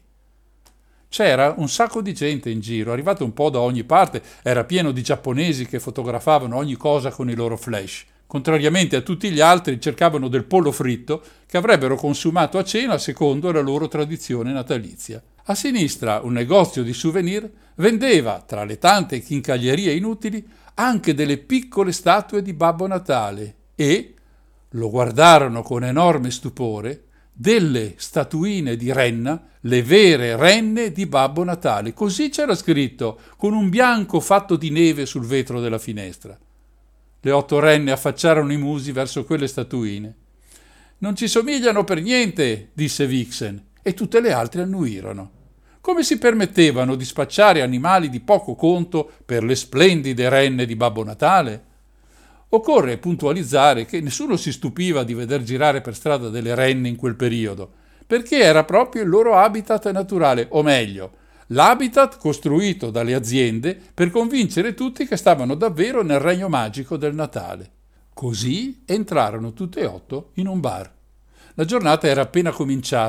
C'era un sacco di gente in giro, arrivato un po' da ogni parte, era pieno di giapponesi che fotografavano ogni cosa con i loro flash. Contrariamente a tutti gli altri, cercavano del pollo fritto che avrebbero consumato a cena secondo la loro tradizione natalizia. A sinistra un negozio di souvenir vendeva, tra le tante chincaglierie inutili, anche delle piccole statue di Babbo Natale e, lo guardarono con enorme stupore, delle statuine di renna, le vere renne di Babbo Natale. Così c'era scritto, con un bianco fatto di neve sul vetro della finestra. Le otto renne affacciarono i musi verso quelle statuine. «Non ci somigliano per niente», disse Vixen, e tutte le altre annuirono. Come si permettevano di spacciare animali di poco conto per le splendide renne di Babbo Natale? Occorre puntualizzare che nessuno si stupiva di veder girare per strada delle renne in quel periodo, perché era proprio il loro habitat naturale, o meglio, l'habitat costruito dalle aziende per convincere tutti che stavano davvero nel regno magico del Natale. Così entrarono tutte e otto in un bar. La giornata era appena cominciata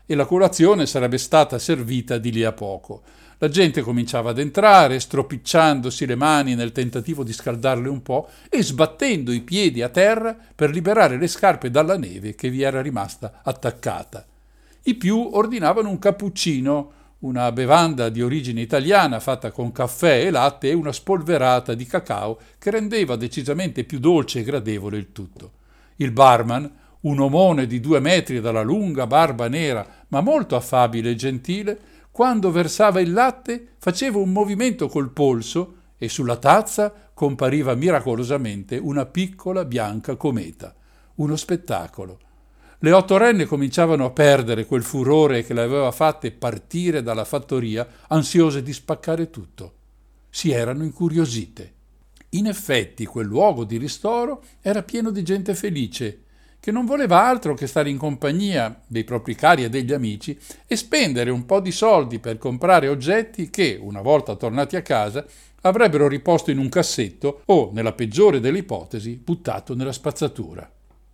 e la colazione sarebbe stata servita di lì a poco. La gente cominciava ad entrare, stropicciandosi le mani nel tentativo di scaldarle un po' e sbattendo i piedi a terra per liberare le scarpe dalla neve che vi era rimasta attaccata. I più ordinavano un cappuccino, una bevanda di origine italiana fatta con caffè e latte e una spolverata di cacao che rendeva decisamente più dolce e gradevole il tutto. Il barman, un omone di due metri dalla lunga barba nera ma molto affabile e gentile, quando versava il latte faceva un movimento col polso e sulla tazza compariva miracolosamente una piccola bianca cometa. Uno spettacolo. Le ottorenne cominciavano a perdere quel furore che le aveva fatte partire dalla fattoria, ansiose di spaccare tutto. Si erano incuriosite. In effetti quel luogo di ristoro era pieno di gente felice, che non voleva altro che stare in compagnia dei propri cari e degli amici e spendere un po' di soldi per comprare oggetti che, una volta tornati a casa, avrebbero riposto in un cassetto o, nella peggiore delle ipotesi, buttato nella spazzatura.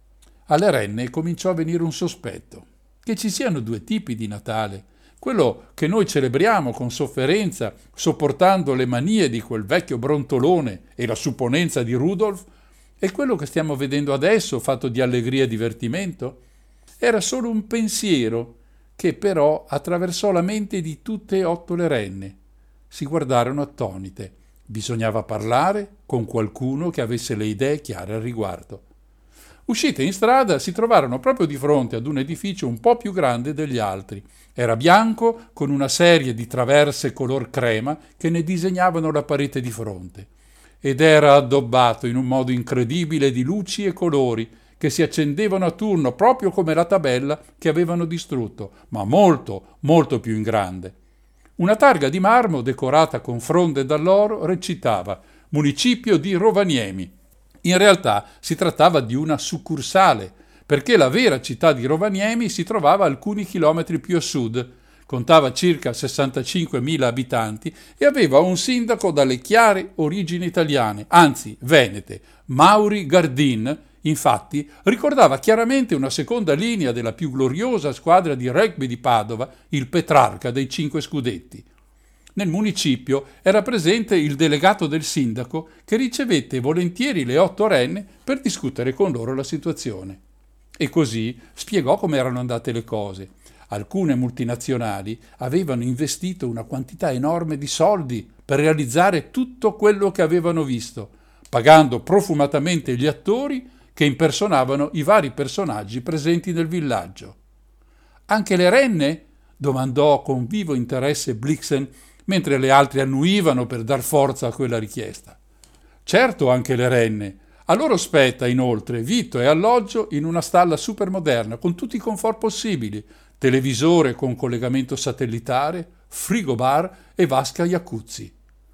Alle renne cominciò a venire un sospetto, che ci siano due tipi di Natale, quello che noi celebriamo con sofferenza, sopportando le manie di quel vecchio brontolone e la supponenza di Rudolf, e quello che stiamo vedendo adesso, fatto di allegria e divertimento, era solo un pensiero che però attraversò la mente di tutte e otto le renne. Si guardarono attonite. Bisognava parlare con qualcuno che avesse le idee chiare al riguardo. Uscite in strada, si trovarono proprio di fronte ad un edificio un po' più grande degli altri. Era bianco, con una serie di traverse color crema che ne disegnavano la parete di fronte. Ed era addobbato in un modo incredibile di luci e colori che si accendevano a turno proprio come la tabella che avevano distrutto, ma molto, molto più in grande. Una targa di marmo decorata con fronde d'alloro recitava Municipio di Rovaniemi. In realtà si trattava di una succursale, perché la vera città di Rovaniemi si trovava alcuni chilometri più a sud, contava circa sessantacinquemila abitanti e aveva un sindaco dalle chiare origini italiane, anzi venete. Mauri Gardin, infatti, ricordava chiaramente una seconda linea della più gloriosa squadra di rugby di Padova, il Petrarca dei Cinque Scudetti. Nel municipio era presente il delegato del sindaco che ricevette volentieri le otto renne per discutere con loro la situazione. E così spiegò come erano andate le cose. Alcune multinazionali avevano investito una quantità enorme di soldi per realizzare tutto quello che avevano visto, pagando profumatamente gli attori che impersonavano i vari personaggi presenti nel villaggio. Anche le renne? Domandò con vivo interesse Blixen, mentre le altre annuivano per dar forza a quella richiesta. Certo, anche le renne. A loro spetta, inoltre, vitto e alloggio in una stalla supermoderna con tutti i comfort possibili, televisore con collegamento satellitare, frigobar e vasca jacuzzi.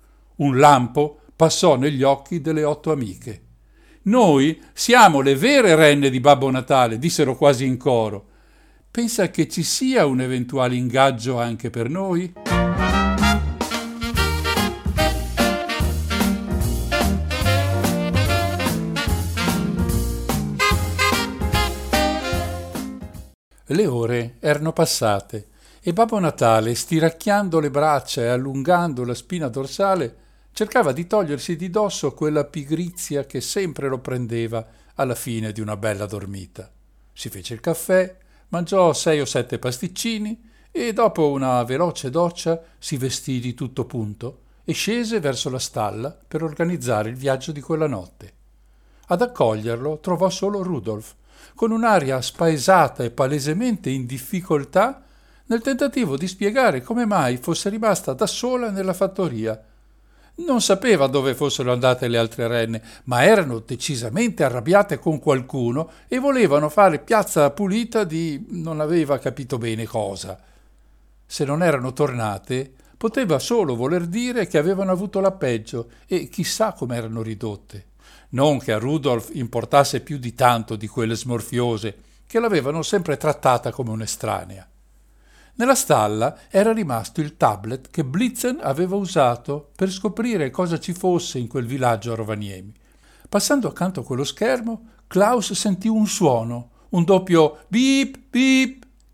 Un lampo passò negli occhi delle otto amiche. «Noi siamo le vere renne di Babbo Natale», dissero quasi in coro. «Pensa che ci sia un eventuale ingaggio anche per noi?» Le ore erano passate e Babbo Natale, stiracchiando le braccia e allungando la spina dorsale, cercava di togliersi di dosso quella pigrizia che sempre lo prendeva alla fine di una bella dormita. Si fece il caffè, mangiò sei o sette pasticcini e dopo una veloce doccia si vestì di tutto punto e scese verso la stalla per organizzare il viaggio di quella notte. Ad accoglierlo trovò solo Rudolf, con un'aria spaesata e palesemente in difficoltà nel tentativo di spiegare come mai fosse rimasta da sola nella fattoria. Non sapeva dove fossero andate le altre renne, ma erano decisamente arrabbiate con qualcuno e volevano fare piazza pulita di non aveva capito bene cosa. Se non erano tornate, poteva solo voler dire che avevano avuto la peggio e chissà come erano ridotte. Non che a Rudolf importasse più di tanto di quelle smorfiose, che l'avevano sempre trattata come un'estranea. Nella stalla era rimasto il tablet che Blitzen aveva usato per scoprire cosa ci fosse in quel villaggio a Rovaniemi. Passando accanto a quello schermo, Klaus sentì un suono, un doppio bip bip,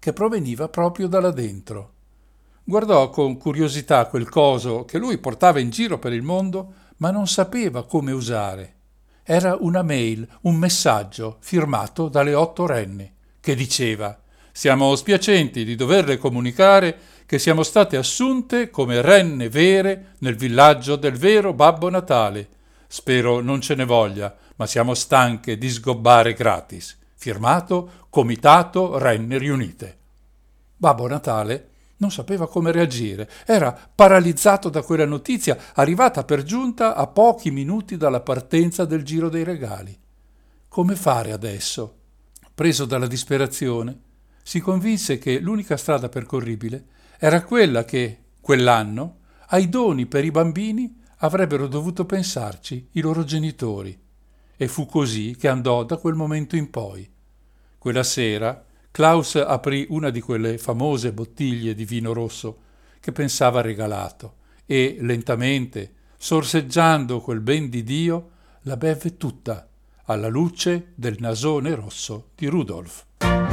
che proveniva proprio da là dentro. Guardò con curiosità quel coso che lui portava in giro per il mondo, ma non sapeva come usare. Era una mail, un messaggio firmato dalle otto renne, che diceva: «Siamo spiacenti di doverle comunicare che siamo state assunte come renne vere nel villaggio del vero Babbo Natale. Spero non ce ne voglia, ma siamo stanche di sgobbare gratis. Firmato Comitato Renne Riunite». Babbo Natale non sapeva come reagire, era paralizzato da quella notizia, arrivata per giunta a pochi minuti dalla partenza del giro dei regali. Come fare adesso? Preso dalla disperazione, si convinse che l'unica strada percorribile era quella che, quell'anno, ai doni per i bambini avrebbero dovuto pensarci i loro genitori. E fu così che andò da quel momento in poi. Quella sera Klaus aprì una di quelle famose bottiglie di vino rosso che pensava regalato e, lentamente, sorseggiando quel ben di Dio, la beve tutta, alla luce del nasone rosso di Rudolf.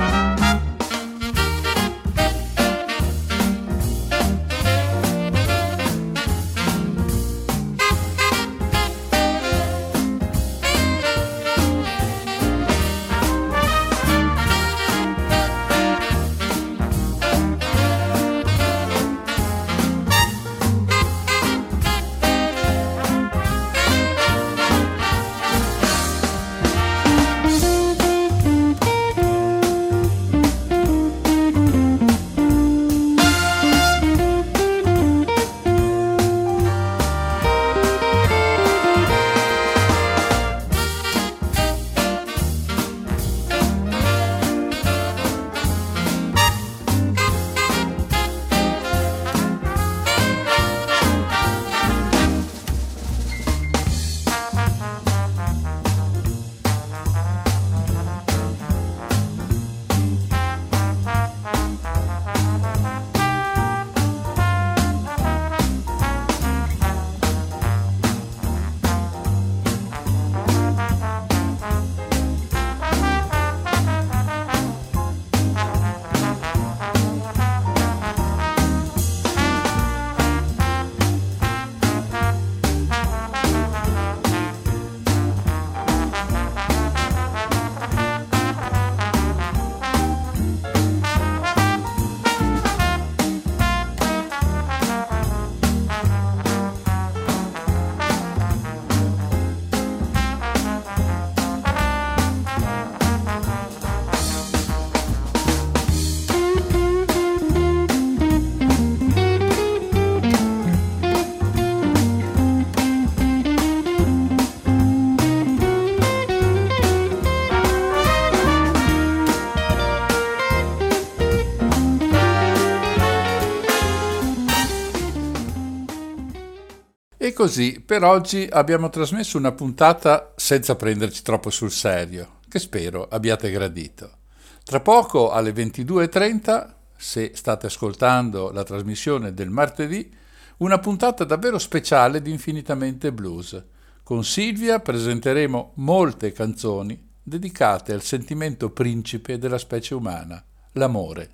E così per oggi abbiamo trasmesso una puntata senza prenderci troppo sul serio, che spero abbiate gradito. Tra poco alle ventidue e trenta, se state ascoltando la trasmissione del martedì, una puntata davvero speciale di Infinitamente Blues. Con Silvia presenteremo molte canzoni dedicate al sentimento principe della specie umana, l'amore.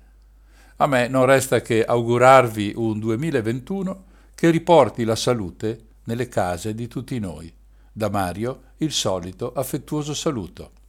A me non resta che augurarvi un duemilaventuno che riporti la salute nelle case di tutti noi. Da Mario il solito affettuoso saluto.